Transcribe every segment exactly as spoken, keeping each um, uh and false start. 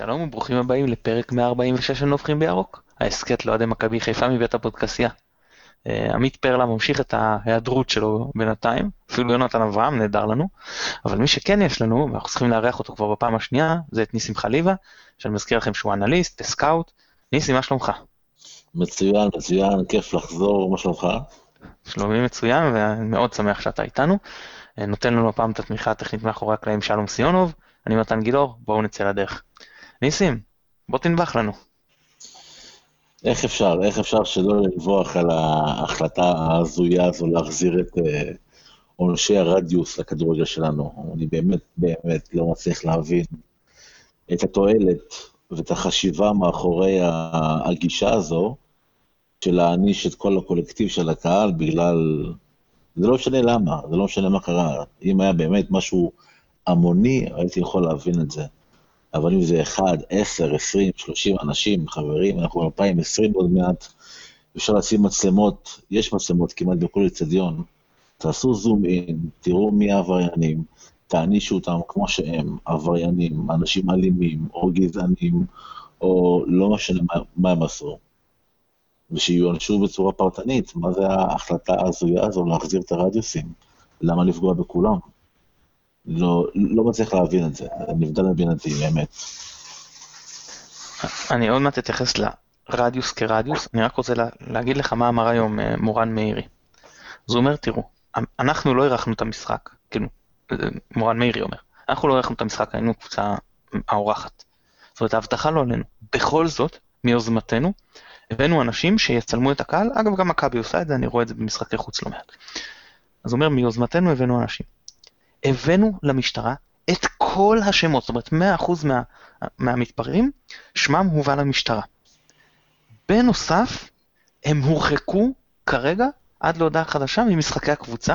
שלום וברוכים הבאים לפרק מאה ארבעים ושש של נובחים בירוק, ההסכת לאוהדי מכבי חיפה מבית הפודקסייה. אה, עמית פרלה ממשיך את ההיעדרות שלו בינתיים, אפילו יונתן אברהם נהדר לנו, אבל מי שכן יש לנו, ואנחנו צריכים לארח אותו כבר בפעם השנייה, זה את ניסים חליבה, שאני מזכיר לכם שהוא אנליסט, סקאוט. ניסים, מה שלומך? מצוין, מצוין, כיף לחזור, מה שלומך? שלומי מצוין, ואני מאוד שמח שאתה איתנו. אה, נותן לנו הפעם את התמיכה הטכנית מאחורי הקלעים שלום סיונוב, אני מתן גילאור, בואו נצא לדרך. ניסים, בוא תנבח לנו. איך אפשר, איך אפשר שלא לנבוח על ההחלטה ההזויה הזו להחזיר את אה, עונשי הרדיוס לכדורגל שלנו? אני באמת, באמת לא מצליח להבין את התועלת ואת החשיבה מאחורי ה- הגישה הזו, של להעניש את כל הקולקטיב של הקהל בגלל, זה לא משנה למה, זה לא משנה מה קרה. אם היה באמת משהו המוני, הייתי יכול להבין את זה. אבל אם זה אחד, עשר, עשרים, שלושים אנשים, חברים, אנחנו ב-אלפיים ועשרים עוד מעט, אפשר לשים מצלמות, יש מצלמות כמעט בכל אצטדיון, תעשו זום אין, תראו מי העבריינים, תענישו אותם כמו שהם, עבריינים, אנשים אלימים, או גזענים, או לא משנה מה, מה הם עשו. ושיוענשו בצורה פרטנית, מה זה ההחלטה ההזויה הזו להחזיר את הרדיוסים? למה לפגוע בכולם? לא, לא מצליח להבין את זה, נבדל מבינתי, באמת. אני עוד מעט אתייחס לרדיוס כרדיוס, אני רק רוצה לה, להגיד לך מה אמר היום אה, מורן מאירי. אז הוא אומר, תראו, אנחנו לא אירחנו את המשחק, כאילו, אה, מורן מאירי אומר, אנחנו לא אירחנו את המשחק, היינו קבוצה האורחת. זאת אומרת, ההבטחה לא עלינו. בכל זאת, מיוזמתנו, הבאנו אנשים שיצלמו את הקהל, אגב, גם מכבי עושה את זה, אני רואה את זה במשחקי חוץ לא מעט. אז הוא אומר, מיוזמתנו הבאנו אנשים. הבאנו למשטרה את כל השמות, זאת אומרת מאה אחוז מה, מהמתפרעים, שמם הובא למשטרה. בנוסף, הם הורחקו כרגע עד להודעה חדשה ממשחקי הקבוצה,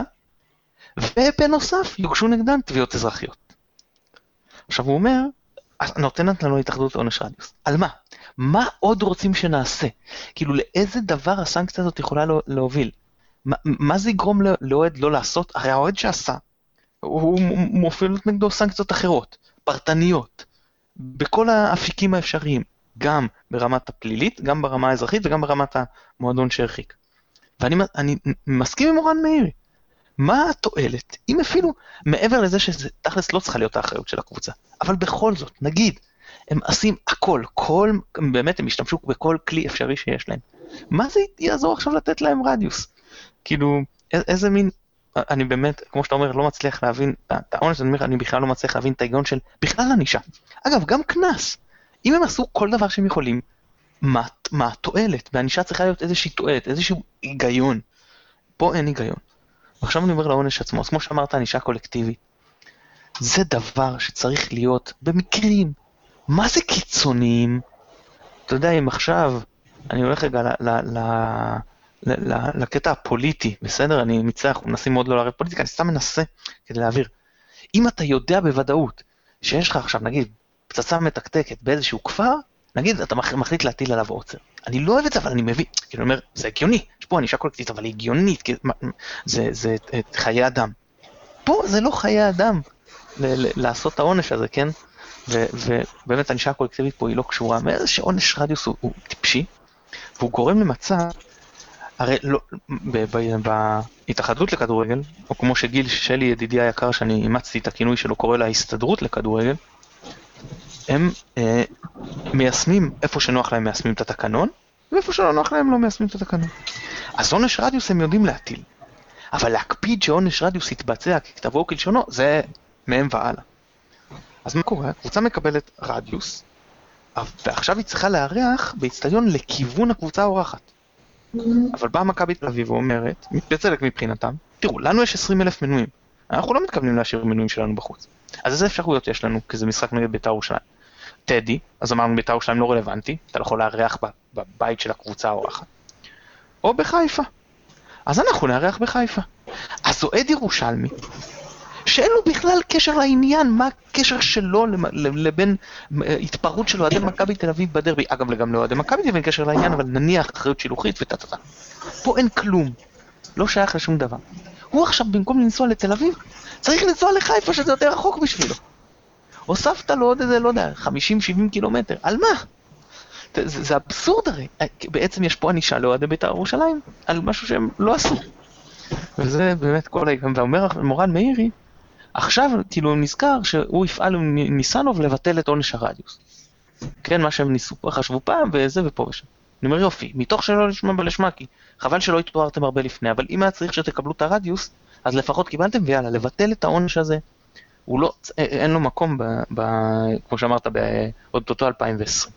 ובנוסף יוגשו נגדם תביעות אזרחיות. עכשיו הוא אומר, נותנת לנו התאחדות עונש רדיוס. על מה? מה עוד רוצים שנעשה? כאילו לאיזה דבר הסנקציה הזאת יכולה להוביל? מה, מה זה יגרום לאוהד לא לעשות? הרי האוהד שעשה, הוא מוביל נגדו סנקציות אחרות, פרטניות, בכל האפיקים האפשריים, גם ברמת הפלילית, גם ברמה האזרחית וגם ברמת המועדון שהרחיק. ואני אני מסכים עם מורן מאירי. מה התועלת? אם אפילו מעבר לזה שזה תכלס לא צריכה להיות האחריות של הקבוצה, אבל בכל זאת, נגיד, הם עושים הכל, כל, באמת הם השתמשו בכל כלי אפשרי שיש להם. מה זה יעזור עכשיו לתת להם רדיוס? כאילו, איזה מין... אני באמת, כמו שאתה אומר, לא מצליח להבין, את העונש, אני בכלל לא מצליח להבין את ההיגיון של בכלל ענישה. אגב, גם כנס. אם הם עשו כל דבר שהם יכולים, מה, מה התועלת? בענישה צריכה להיות איזושהי תועלת, איזשהו היגיון. פה אין היגיון. ועכשיו אני אומר לעונש עצמו, אז כמו שאמרת, ענישה קולקטיבית. זה דבר שצריך להיות במקרים. מה זה קיצוניים? אתה יודע, אם עכשיו, אני הולך רגע ל... ל, ל לקטע הפוליטי, בסדר? אני מצליח, מנסים מאוד לא לערב פוליטיקה, אני סתם מנסה כדי להעביר. אם אתה יודע בוודאות שיש לך עכשיו, נגיד, פצצה מתקתקת באיזשהו כפר, נגיד, אתה מחליט להטיל עליו עוצר. אני לא אוהב את זה, אבל אני מבין. כי אני אומר, זה הגיוני. יש פה ענישה קולקטיבית, אבל היא הגיונית, כי זה, זה את חיי אדם. פה זה לא חיי אדם ל- ל- לעשות את העונש הזה, כן? ו- ובאמת, הענישה הקולקטיבית פה היא לא קשורה. מאיזה שעונש רדיוס הוא, הוא טיפשי, והוא גורם למצב הרי לא, בהתאחדות לכדורגל, או כמו שגיל שלי ידידי היקר שאני אימצתי את הכינוי שלו, קורא לה הסתדרות לכדורגל, הם אה, מיישמים, איפה שנוח להם מיישמים את התקנון, ואיפה שלא נוח להם לא מיישמים את התקנון. אז עונש רדיוס הם יודעים להטיל, אבל להקפיד שעונש רדיוס יתבצע ככתבו וכלשונו, זה מהם והלאה. אז מה קורה? הקבוצה מקבלת רדיוס, ועכשיו היא צריכה לארח באצטדיון לכיוון הקבוצה האורחת. אבל באה מכבי תל אביב ואומרת, בצדק מבחינתם, תראו, לנו יש עשרים אלף מנויים, אנחנו לא מתכוונים להשאיר מנויים שלנו בחוץ. אז איזה אפשרויות יש לנו, כי זה משחק נגד בית"ר ירושלים. טדי, אז אמרנו בית"ר ירושלים לא רלוונטי, אתה לא יכול לארח בבית של הקבוצה האורחת. או בחיפה. אז אנחנו נארח בחיפה. אז אוהד ירושלמי, שאין לו בכלל קשר לעניין, מה הקשר שלו לבין התפרעות של אוהדי מכבי תל אביב בדרבי, אגב גם לאוהדי מכבי תל אביב קשר לעניין, אבל נניח אחריות שילוחית וטטטה. פה אין כלום, לא שייך לשום דבר. הוא עכשיו במקום לנסוע לתל אביב, צריך לנסוע לחיפה שזה יותר רחוק בשבילו. הוספת לו עוד איזה, לא יודע, חמישים שבעים קילומטר, על מה? זה, זה אבסורד הרי, בעצם יש פה ענישה לאוהדי בית"ר ירושלים, על משהו שהם לא עשו. וזה באמת כל ההיגיון, ואומר מורן מאירי, עכשיו כאילו הוא נזכר שהוא יפעל עם ניסנוב לבטל את עונש הרדיוס. כן, מה שהם ניסו פה, חשבו פעם, וזה ופה ושם. אני אומר יופי, מתוך שלא לשמה בלשמה, כי חבל שלא התוארתם הרבה לפני, אבל אם היה צריך שתקבלו את הרדיוס, אז לפחות קיבלתם, ויאללה, לבטל את העונש הזה. הוא לא, אין לו מקום, ב, ב, כמו שאמרת, בעוד אותו אלפיים ועשרים.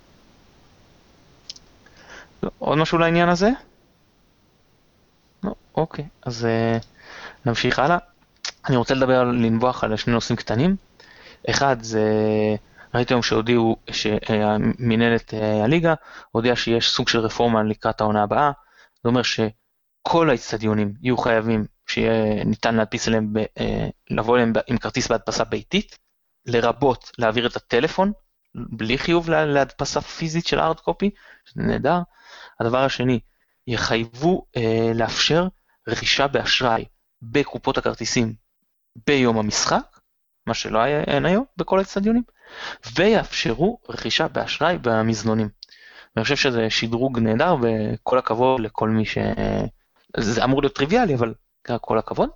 עוד משהו לעניין הזה? לא, אוקיי, אז uh, נמשיך הלאה. אני רוצה לדבר על לנבוח על שני נושאים קטנים. אחד זה, ראיתי היום שהודיעו, שמנהלת הליגה הודיעה שיש סוג של רפורמה לקראת העונה הבאה. זה אומר שכל האצטדיונים יהיו חייבים שיהיה ניתן להדפיס אליהם, לבוא אליהם עם כרטיס בהדפסה ביתית, לרבות להעביר את הטלפון, בלי חיוב להדפסה פיזית של הארד קופי, שזה נהדר. הדבר השני, יחייבו אה, לאפשר רכישה באשראי בקופות הכרטיסים ביום המשחק, מה שלא היה אין היום בכל האצטדיונים, ויאפשרו רכישה באשראי במזנונים. אני חושב שזה שדרוג נהדר, וכל הכבוד לכל מי ש... זה אמור להיות טריוויאלי, אבל כל הכבוד.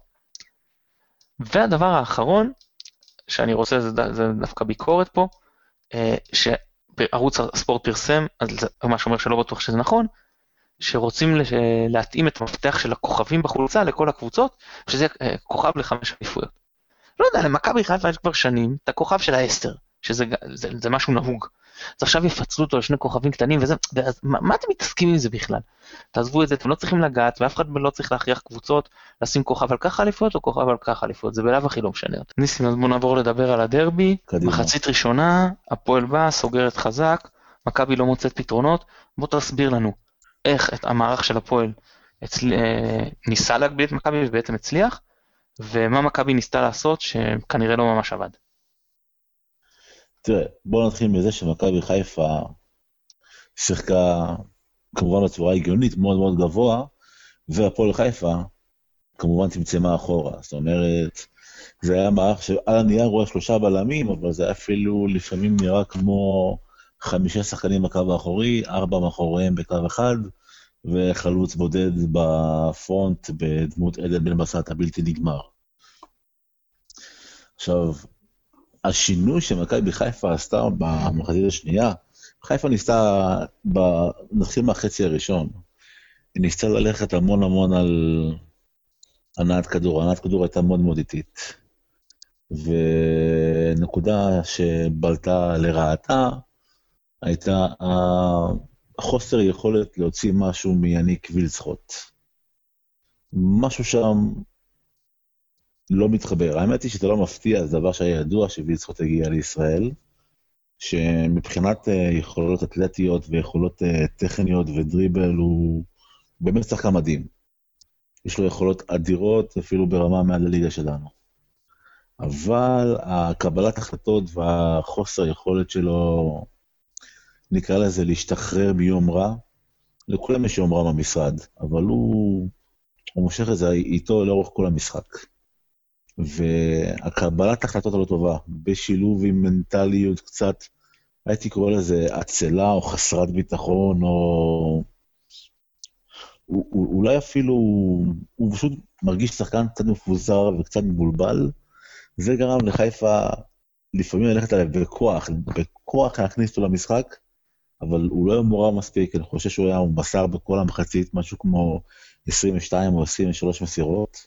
והדבר האחרון, שאני רוצה, זה, זה דווקא ביקורת פה, אה, שערוץ הספורט פרסם, אז מה שאומר שלא בטוח שזה נכון, שרוצים להתאים את המפתח של הכוכבים בחולצה לכל הקבוצות, שזה כוכב לחמש אליפויות. לא יודע, למכבי חיפה יש כבר שנים את הכוכב של העשר, שזה זה, זה משהו נהוג. אז עכשיו יפצלו אותו לשני כוכבים קטנים, וזה, ואז, מה, מה אתם מתעסקים עם זה בכלל? תעזבו את זה, אתם לא צריכים לגעת, ואף אחד לא צריך להכריח קבוצות לשים כוכב על ככה אליפויות, או כוכב על ככה אליפויות, זה בלב הכי לא משנה. ניסים, אז בואו נעבור לדבר על הדרבי. קדימה. מחצית ראשונה, הפועל בא, סוגרת חזק, מכבי לא מוצאת פתרונות. בוא תסביר לנו איך את המערך של הפועל הצל... ניסה להגביל את מכבי ובעצם הצליח, ומה מכבי ניסתה לעשות שכנראה לא ממש עבד. תראה, בואו נתחיל מזה שמכבי חיפה שיחקה כמובן בצורה הגיונית מאוד מאוד גבוה, והפועל חיפה כמובן צמצמה אחורה. זאת אומרת, זה היה מערך שעל הנייר רואה שלושה בלמים, אבל זה אפילו לפעמים נראה כמו חמישה שחקנים בקו האחורי, ארבע מאחוריהם בקו אחד, וחלוץ בודד בפרונט בדמות עדן בן בסט הבלתי נגמר. עכשיו, השינוי שמכבי חיפה עשתה במחצית השנייה, חיפה ניסתה, נתחיל מהחצי הראשון, היא ניסתה ללכת המון המון על הנעת כדור, הנעת כדור הייתה מאוד מאוד איטית, ונקודה שבלטה לרעתה, הייתה החוסר יכולת להוציא משהו מיניק וילצחוט. משהו שם לא מתחבר. האמת היא שזה לא מפתיע, זה דבר שהיה ידוע שווילצחוט הגיע לישראל, שמבחינת יכולות אתלטיות ויכולות טכניות ודריבל הוא באמת שחקן מדהים. יש לו יכולות אדירות אפילו ברמה מעל הליגה שלנו. אבל הקבלת החלטות והחוסר יכולת שלו, נקרא לזה להשתחרר ביום רע, לכולם יש יום רע במשרד, אבל הוא, הוא מושך את זה איתו לאורך כל המשחק. והקבלת החלטות הלא טובה, בשילוב עם מנטליות קצת, הייתי קורא לזה עצלה או חסרת ביטחון, או אולי אפילו, הוא פשוט מרגיש שחקן קצת מפוזר וקצת מבולבל, זה גרם לחיפה לפעמים ללכת עליו בכוח, בכוח להכניס אותו למשחק, אבל הוא לא היה מורא מספיק, אני חושב שהוא היה מסר בכל המחצית, משהו כמו עשרים ושתיים או עשרים ושלוש מסירות,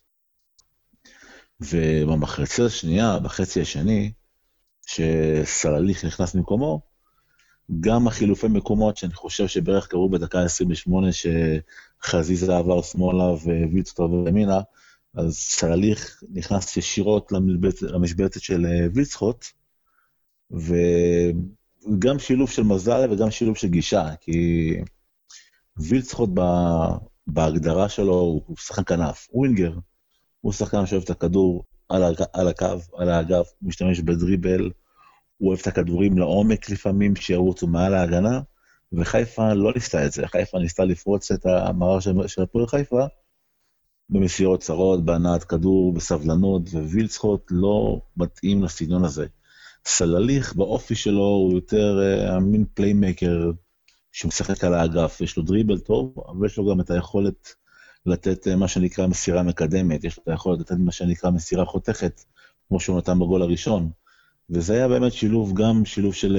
ובמחצית השנייה, בחצי השני, שסלליך נכנס במקומו, גם החילופי מקומות שאני חושב שבערך קראו בדקה עשרים ושמונה, שחזיזה עבר שמאלה ווילצחוט עבר ימינה, אז סלליך נכנס ישירות למשבצת של וילצחוט, וגם שילוב של מזל וגם שילוב של גישה, כי וילצחוט בהגדרה שלו הוא שחקן כנף, הוא ווינגר, הוא שחקן שאוהב את הכדור על הקו, על האגף, הוא משתמש בדריבל, הוא אוהב את הכדורים לעומק לפעמים שירוצו מעל ההגנה, וחיפה לא ניסתה את זה, חיפה ניסתה לפרוץ את המערך של הפועל חיפה, במסירות צרות, בהנעת כדור, בסבלנות, ווילצחוט לא מתאים לסגנון הזה. סלליך באופי שלו הוא יותר המין פליימקר שמשחק על האגף, יש לו דריבל טוב, אבל יש לו גם את היכולת לתת מה שנקרא מסירה מקדמת, יש לו את היכולת לתת מה שנקרא מסירה חותכת, כמו שהוא נתן בגול הראשון, וזה היה באמת שילוב, גם שילוב של,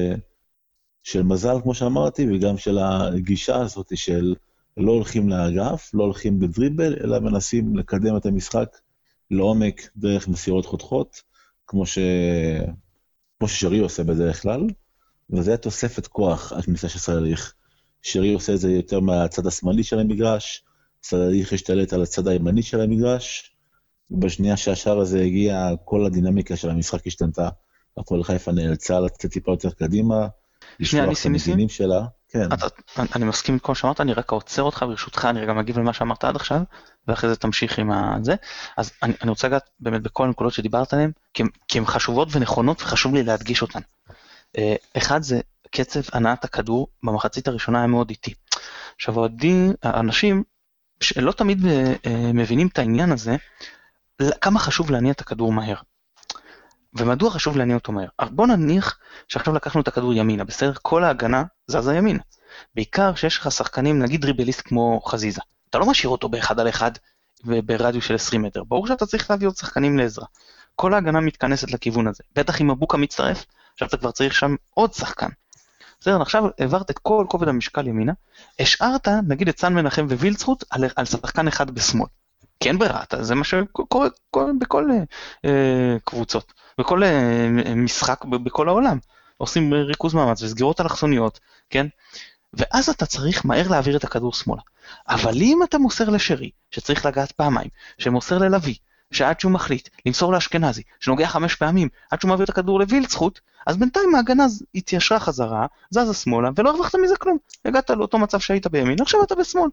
של מזל, כמו שאמרתי, וגם של הגישה הזאת של לא הולכים לאגף, לא הולכים בדריבל, אלא מנסים לקדם את המשחק לעומק דרך מסירות חותכות, כמו, ש... כמו ששרי עושה בדרך כלל, וזה היה תוספת כוח, הכניסה של סלליך. שרי עושה את זה יותר מהצד השמאלי של המגרש, סלליך השתלט על הצד הימני של המגרש, ובשנייה שהשאר הזה הגיע, כל הדינמיקה של המשחק השתנתה, הפועל חיפה נאלצה לצאת טיפה יותר קדימה, לשלוח את המגינים שלה. כן. אני מסכים עם כל שאמרת, אני רק עוצר אותך ברשותך, אני רגע מגיב למה שאמרת עד עכשיו, ואחרי זה תמשיך עם זה. אז אני, אני רוצה לגעת באמת בכל הנקודות שדיברת עליהן, כי, כי הן חשובות ונכונות, וחשוב לי להדגיש אותן. אחד זה קצב הנעת הכדור, במחצית הראשונה היה מאוד איטי. עכשיו, עודים, האנשים שלא תמיד מבינים את העניין הזה, כמה חשוב להניע את הכדור מהר. ומדוע חשוב להניע אותו מהר? בוא נניח שעכשיו לקחנו את הכדור ימינה, בסדר? כל ההגנה זזה ימינה. בעיקר שיש לך שחקנים, נגיד דריבליסט כמו חזיזה. אתה לא משאיר אותו באחד על אחד ברדיוס של עשרים מטר. ברור שאתה צריך להביא עוד שחקנים לעזרה. כל ההגנה מתכנסת לכיוון הזה. בטח אם מבוקה מצטרף, עכשיו אתה כבר צריך שם עוד שחקן. בסדר, עכשיו העברת את כל כובד המשקל ימינה, השארת, נגיד את סן מנחם ווילצחוט, על, על שחקן אחד בשמאל. כן ברעת, זה מה שקורה בכל אה, קבוצות, בכל אה, משחק, בכל העולם. עושים ריכוז מאמץ וסגירות אלכסוניות, כן? ואז אתה צריך מהר להעביר את הכדור שמאלה. אבל אם אתה מוסר לשרי, שצריך לגעת פעמיים, שמוסר ללוי, שעד שהוא מחליט למסור לאשכנזי, שנוגע חמש פעמים, עד שהוא מעביר את הכדור לווילצחוט, אז בינתיים ההגנה התיישרה חזרה, זזה שמאלה, ולא הרווחת מזה כלום. הגעת לאותו מצב שהיית בימין, עכשיו אתה בשמאל.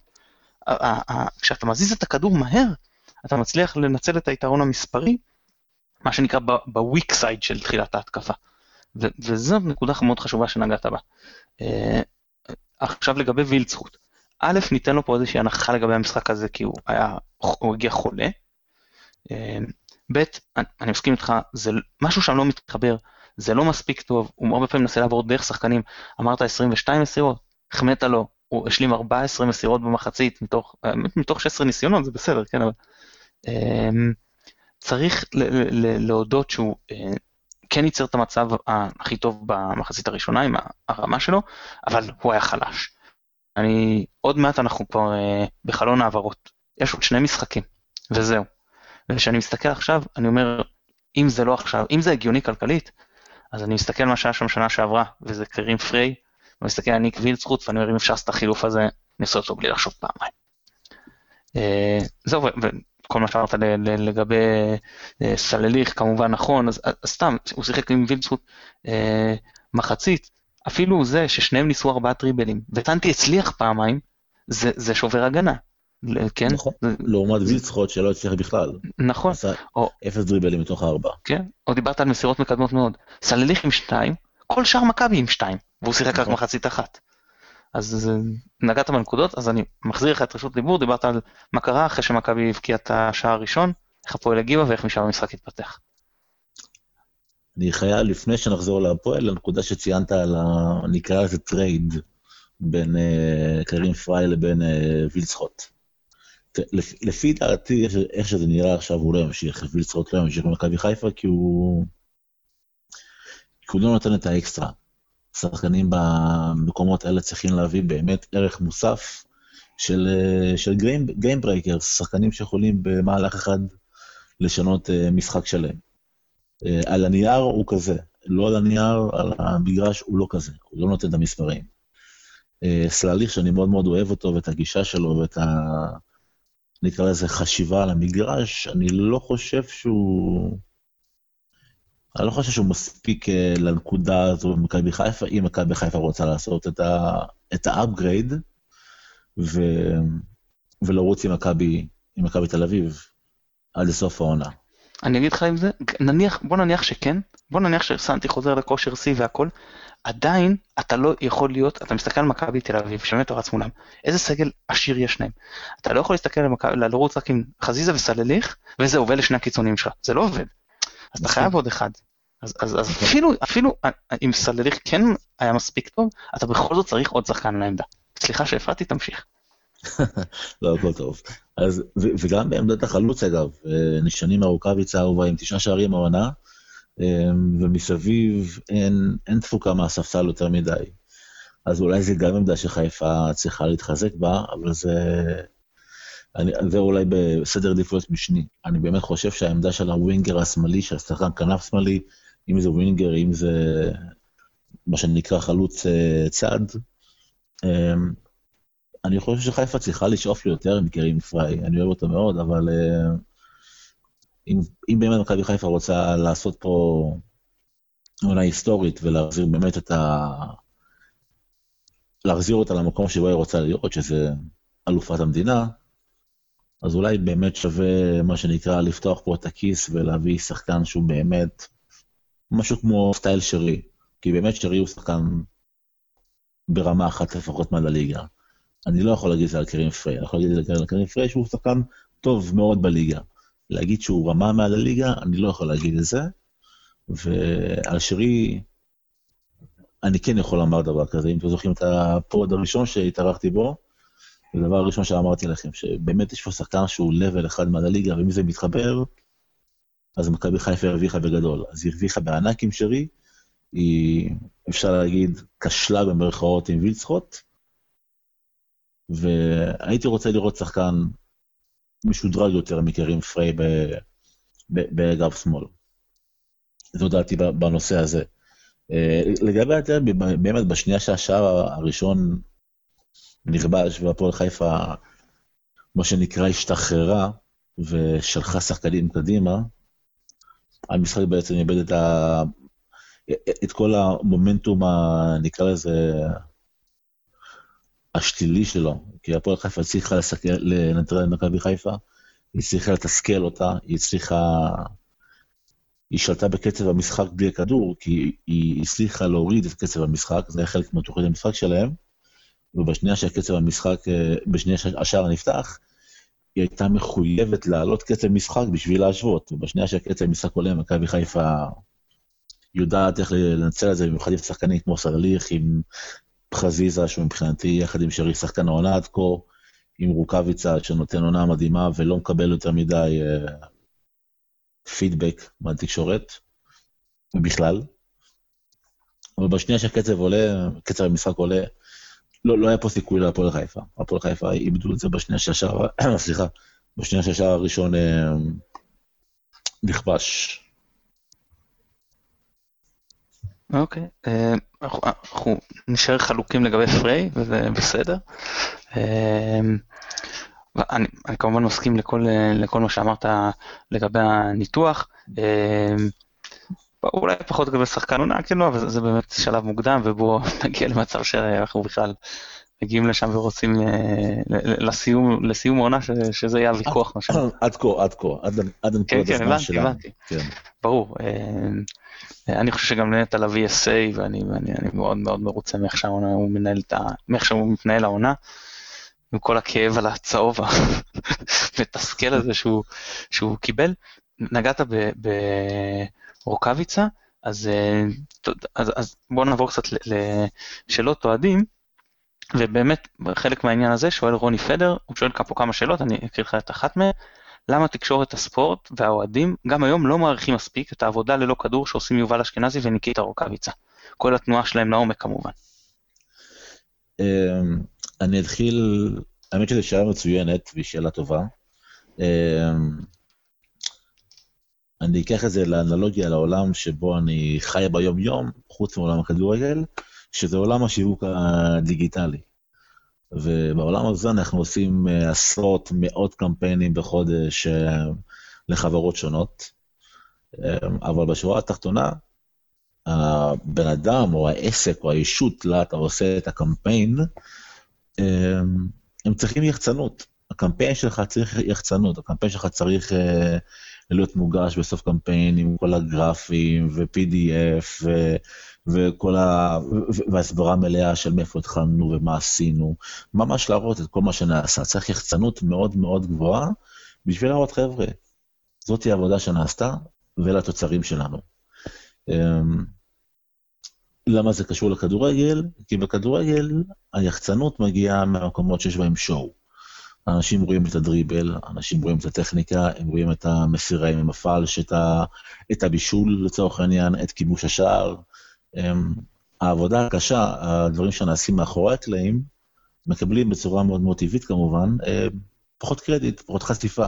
כשאתה מזיז את הכדור מהר, אתה מצליח לנצל את היתרון המספרי, מה שנקרא בוויק סייד של תחילת ההתקפה. וזו נקודה מאוד חשובה שנגעת בה. עכשיו לגבי וילצחוט. א', ניתן לו פה איזושהי הנחה לגבי המשחק הזה, כי הוא היה, הוא הגיע חולה. ב', אני מסכים איתך, זה משהו שם לא מתחבר, זה לא מספיק טוב, הוא הרבה פעמים מנסה לעבור דרך שחקנים, אמרת עשרים ושתיים מסירות, החמאת לו, הוא השלים ארבע עשרה מסירות במחצית, מתוך, מתוך שש עשרה ניסיונות, זה בסדר, כן, אבל צריך להודות שהוא כן ייצר את המצב הכי טוב במחצית הראשונה, עם הרמה שלו, אבל הוא היה חלש. אני, עוד מעט אנחנו כבר בחלון העברות, יש עוד שני משחקים, וזהו. וכשאני מסתכל עכשיו, אני אומר, אם זה לא עכשיו, אם זה הגיוני כלכלית, אז אני מסתכל מה שהיה שם שנה שעברה, וזה קרים פריי, אני מסתכל על ניק וילצחוט, ואני אומר, אם אפשר לעשות את החילוף הזה, נעשה אותו בלי לחשוב פעמיים. זהו, וכל מה שאמרת לגבי סלליך, כמובן נכון, אז סתם, הוא שיחק עם וילצחוט מחצית, אפילו זה ששניהם ניסו ארבעה טריבלים, וטנטי הצליח פעמיים, זה שובר הגנה. כן? נכון, לעומת וילצחוט שלא הצליח בכלל. נכון. עשה אפס דריבלים מתוך הארבע. כן, או דיברת על מסירות מקדמות מאוד. סלליך עם שתיים, כל שאר מכבי עם שתיים, והוא שיחק רק מחצית אחת. אז נגעת בנקודות, אז אני מחזיר לך את רשות דיבור, דיברת על מה קרה אחרי שמכבי הבקיע את השער הראשון, איך הפועל הגיבה ואיך משם המשחק התפתח. אני חייב, לפני שנחזור להפועל, לנקודה שציינת על, נקרא לזה טרייד, בין קרים פריי לבין וילצחוט. לפי דעתי, איך שזה נראה עכשיו, הוא לא ימשיך, וילצחוט לא ימשיך במכבי חיפה, כי הוא כי הוא לא נותן את האקסטרה. שחקנים במקומות האלה צריכים להביא באמת ערך מוסף של, של גיים ברייקרס, שחקנים שיכולים במהלך אחד לשנות משחק שלם. על הנייר הוא כזה, לא על הנייר, על המגרש הוא לא כזה, הוא לא נותן את המספרים. סלליך שאני מאוד מאוד אוהב אותו, ואת הגישה שלו, ואת ה... נקרא לזה חשיבה על המגרש, אני לא חושב שהוא... אני לא חושב שהוא מספיק לנקודה הזו במכבי חיפה, אם מכבי חיפה רוצה לעשות את ה... את האפגרייד, ו... ולרוץ עם מכבי, עם מכבי תל אביב, עד לסוף העונה. אני אגיד לך עם זה, נניח, בוא נניח שכן, בוא נניח שסנטי חוזר לכושר C והכל, עדיין אתה לא יכול להיות, אתה מסתכל על מכבי תל אביב, שבאמת רץ מולם, איזה סגל עשיר יש להם. אתה לא יכול להסתכל על לרוץ רק עם חזיזה וסלליך, וזהו, ואלה שני הקיצונים שלך, זה לא עובד. אז אתה חייב עוד אחד. אז, אז, אז אפילו, אפילו אם סלליך כן היה מספיק טוב, אתה בכל זאת צריך עוד שחקן לעמדה. סליחה שהפרעתי, תמשיך. לא, הכל טוב. אז, ו, וגם בעמדת החלוץ, אגב, נשענים מרוקאביצה אהובה עם תשעה שערים העונה, ומסביב אין, אין תפוקה מהספסל יותר מדי. אז אולי זה גם עמדה שחיפה צריכה להתחזק בה, אבל זה, אני, זה אולי בסדר עדיפויות משני. אני באמת חושב שהעמדה של הווינגר השמאלי, של השחקן כנף שמאלי, אם זה ווינגר, אם זה מה שנקרא חלוץ צד, אני חושב שחיפה צריכה לשאוף ליותר מקרים פריי, אני אוהב אותו מאוד, אבל אם, אם באמת מכבי חיפה רוצה לעשות פה עונה היסטורית ולהחזיר באמת את ה... להחזיר אותה למקום שבו היא רוצה להיות, שזה אלופת המדינה, אז אולי באמת שווה מה שנקרא לפתוח פה את הכיס ולהביא שחקן שהוא באמת משהו כמו סטייל שרי, כי באמת שרי הוא שחקן ברמה אחת לפחות מעל הליגה. אני לא יכול להגיד את זה על קרים פריי, אני יכול להגיד את זה על קרים פריי שהוא שחקן טוב מאוד בליגה. להגיד שהוא רמה מעל הליגה, אני לא יכול להגיד את זה, ועל שרי אני כן יכול לומר דבר כזה, אם אתם זוכרים את הפוד הראשון שהתארחתי בו, זה הדבר הראשון שאמרתי לכם, שבאמת יש פה שחקן שהוא לבל אחד מעל הליגה, ואם זה מתחבר, אז מכבי חיפה הרוויחה בגדול. אז היא הרוויחה בענק עם שרי, היא אפשר להגיד כשלה במרכאות עם וילצחוט, והייתי רוצה לראות שחקן משודרג יותר מקרים פריי בגב שמאל. זו דעתי בנושא הזה. לגבי הדרבי, באמת בשנייה שהשער הראשון נכבש והפועל חיפה, מה שנקרא, השתחררה ושלחה שחקנים קדימה, המשחק בעצם איבד את, ה... את כל המומנטום, נקרא לזה, השלילי שלו, כי הפועל חיפה הצליחה לנטרל את מכבי חיפה, היא הצליחה לתסכל אותה, היא הצליחה, היא שלטה בקצב המשחק בלי הכדור, כי היא הצליחה להוריד את קצב המשחק, זה היה חלק מהתוכנית המשחק שלהם, ובשנייה שהקצב המשחק, בשנייה שהשער נפתח, היא הייתה מחויבת לעלות קצב משחק בשביל להשוות, ובשנייה שהקצב משחק עולה, מכבי חיפה יודעת איך לנצל את זה, במיוחד עם שחקנים כמו סלליך, עם חזיזה, שהוא מבחינתי יחד עם שרי שחקן העונה עד כה, עם רוקאביצה שנותן עונה מדהימה, ולא מקבל יותר מדי uh, פידבק מהתקשורת, ובכלל. אבל בשנייה שהקצב עולה, קצב המשחק עולה, לא, לא היה פה סיכוי להפועל חיפה. הפועל חיפה איבדו את זה בשנייה שהשער, סליחה, בשנייה שהשער הראשון uh, נכבש. אוקיי, אנחנו נשאר חלוקים לגבי פריי, וזה בסדר. אני כמובן מסכים לכל מה שאמרת לגבי הניתוח. אולי פחות לגבי שחקן עונה, כן לא, אבל זה באמת שלב מוקדם, ובואו נגיע למצב שאנחנו בכלל מגיעים לשם ורוצים לסיום העונה, שזה יהיה הוויכוח. עד כה, עד כה, עד נקודת הזמן שלנו. ברור. אני חושב שגם נהיית להביא אסי, ואני מאוד מאוד מרוצה מאיך שהוא מתנהל העונה, עם כל הכאב על הצהוב המתסכל הזה שהוא קיבל. נגעת ברוקאביצה, אז בואו נעבור קצת לשאלות תועדים, ובאמת חלק מהעניין הזה שואל רוני פדר, הוא שואל פה כמה שאלות, אני אקריא לך את אחת מהן. למה תקשורת הספורט והאוהדים גם היום לא מעריכים מספיק את העבודה ללא כדור שעושים יובל אשכנזי וניקיטה רוקאביצה? כל התנועה שלהם לעומק כמובן. אני אתחיל, האמת שזו שאלה מצוינת והיא שאלה טובה. אני אקח את זה לאנלוגיה לעולם שבו אני חי ביום יום, חוץ מעולם הכדורגל, שזה עולם השיווק הדיגיטלי. ובעולם הזה אנחנו עושים עשרות, מאות קמפיינים בחודש לחברות שונות, אבל בשורה התחתונה, הבן אדם או העסק או הישות לה אתה עושה את הקמפיין, הם צריכים יחצנות. הקמפיין שלך צריך יחצנות, הקמפיין שלך צריך להיות מוגש בסוף קמפיין עם כל הגרפים ו-פי די אף ו... וכל ה... והסברה מלאה של מאיפה התחלנו ומה עשינו, ממש להראות את כל מה שנעשה, צריך יחצנות מאוד מאוד גבוהה, בשביל להראות חבר'ה, זאת היא העבודה שנעשתה, ואלה התוצרים שלנו. למה זה קשור לכדורגל? כי בכדורגל היחצנות מגיעה מהמקומות שיש בהם שואו. אנשים רואים את הדריבל, אנשים רואים את הטכניקה, הם רואים את המסירה עם המפלש, את, ה, את הבישול לצורך העניין, את כיבוש השער. העבודה הקשה, הדברים שנעשים מאחורי הקלעים, מקבלים בצורה מאוד מאוד טבעית כמובן, פחות קרדיט, פחות חשיפה.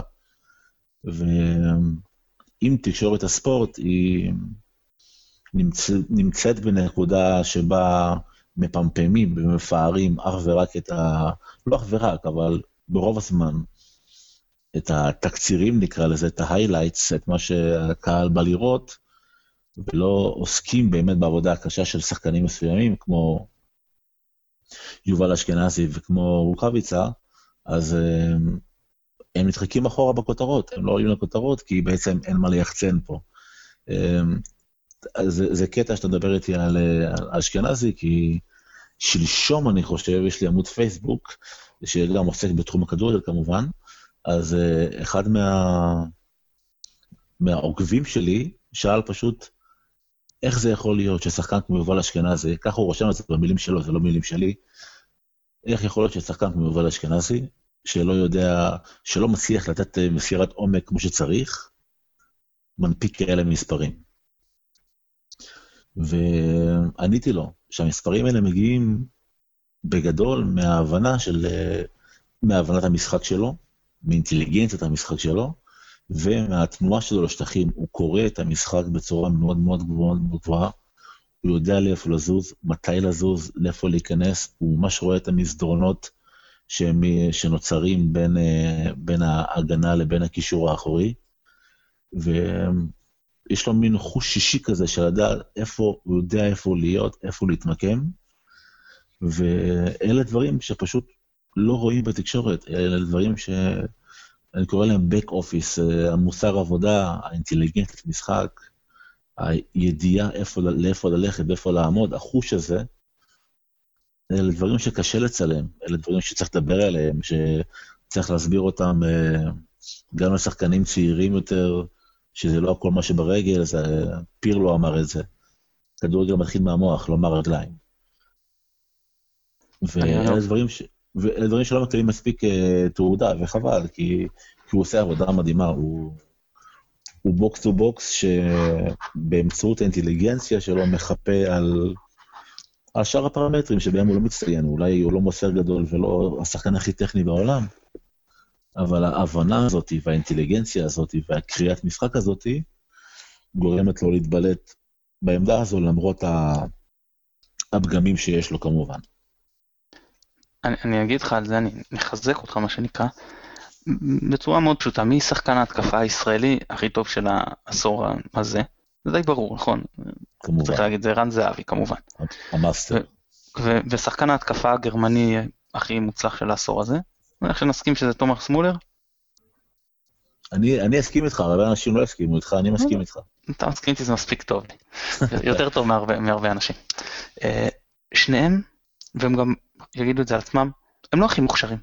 ואם תקשורת הספורט היא נמצא, נמצאת בנקודה שבה מפמפמים ומפארים אך ורק את ה... לא אך ורק, אבל ברוב הזמן, את התקצירים נקרא לזה, את ההיילייטס, את מה שהקהל בא לראות, ולא עוסקים באמת בעבודה הקשה של שחקנים מסוימים, כמו יובל אשכנזי וכמו רוקאביצה, אז הם, הם נדחקים אחורה בכותרות, הם לא עולים לכותרות, כי בעצם אין מה ליחצן פה. זה, זה קטע שאתה מדבר איתי על, על אשכנזי, כי שלשום אני חושב, יש לי עמוד פייסבוק, שגם עוסק בתחום הכדורגל כמובן, אז אחד מה, מהעוקבים שלי שאל פשוט, איך זה יכול להיות ששחקן כמו יובל אשכנזי, ככה הוא רושם את זה במילים שלו, זה לא מילים שלי, איך יכול להיות ששחקן כמו יובל אשכנזי, שלא יודע, שלא מצליח לתת מסירת עומק כמו שצריך, מנפיק כאלה מספרים. ועניתי לו, שהמספרים האלה מגיעים בגדול מההבנה של, מהבנת המשחק שלו, מאינטליגנציית המשחק שלו, ומהתנועה שלו לשטחים. הוא קורא את המשחק בצורה מאוד מאוד גבוהה, גבוהה. הוא יודע לאיפה לזוז, מתי לזוז, לאיפה להיכנס, הוא ממש רואה את המסדרונות שהם, שנוצרים בין, בין ההגנה לבין הקישור האחורי, ויש לו מין חוש שישי כזה של לדעת איפה, הוא יודע איפה להיות, איפה להתמקם, ואלה דברים שפשוט לא רואים בתקשורת, אלה דברים שאני קורא להם back office, המוסר עבודה, האינטליגנטית משחק, הידיעה איפה, לאיפה ללכת, באיפה לעמוד, החוש הזה, אלה דברים שקשה לצלם, אלה דברים שצריך לדבר עליהם, שצריך להסביר אותם גם לשחקנים צעירים יותר, שזה לא הכל מה שברגל, זה פירלו אמר את זה. כדורגל מתחיל מהמוח, לא מהרגליים. ואלה דברים, ש... ואלה דברים שלא מקבלים מספיק תעודה, וחבל, כי, כי הוא עושה עבודה מדהימה, הוא, הוא בוקס טו בוקס, שבאמצעות האינטליגנציה שלו מחפה על, על שאר הפרמטרים שבהם הוא לא מצטיין, אולי הוא לא מוסר גדול ולא השחקן הכי טכני בעולם, אבל ההבנה הזאת והאינטליגנציה הזאת והקריאת משחק הזאת גורמת לו להתבלט בעמדה הזו למרות הפגמים שיש לו כמובן. אני, אני אגיד לך על זה, אני מחזק אותך מה שנקרא, בצורה מאוד פשוטה, מי שחקן ההתקפה הישראלי הכי טוב של העשור הזה? זה די ברור, נכון? כמובן. צריך להגיד, זה רן זהבי כמובן. המאסטר. ו- ו- ושחקן ההתקפה הגרמני הכי מוצלח של העשור הזה? אני חושב שנסכים שזה תומאס מולר? אני, אני אסכים איתך, הרבה אנשים לא יסכימו איתך, אני מסכים איתך. אתה מסכים איתי, זה מספיק טוב לי. יותר טוב מהרבה, מהרבה אנשים. שניהם, והם גם יגידו את זה על עצמם, הם לא הכי מוכשרים.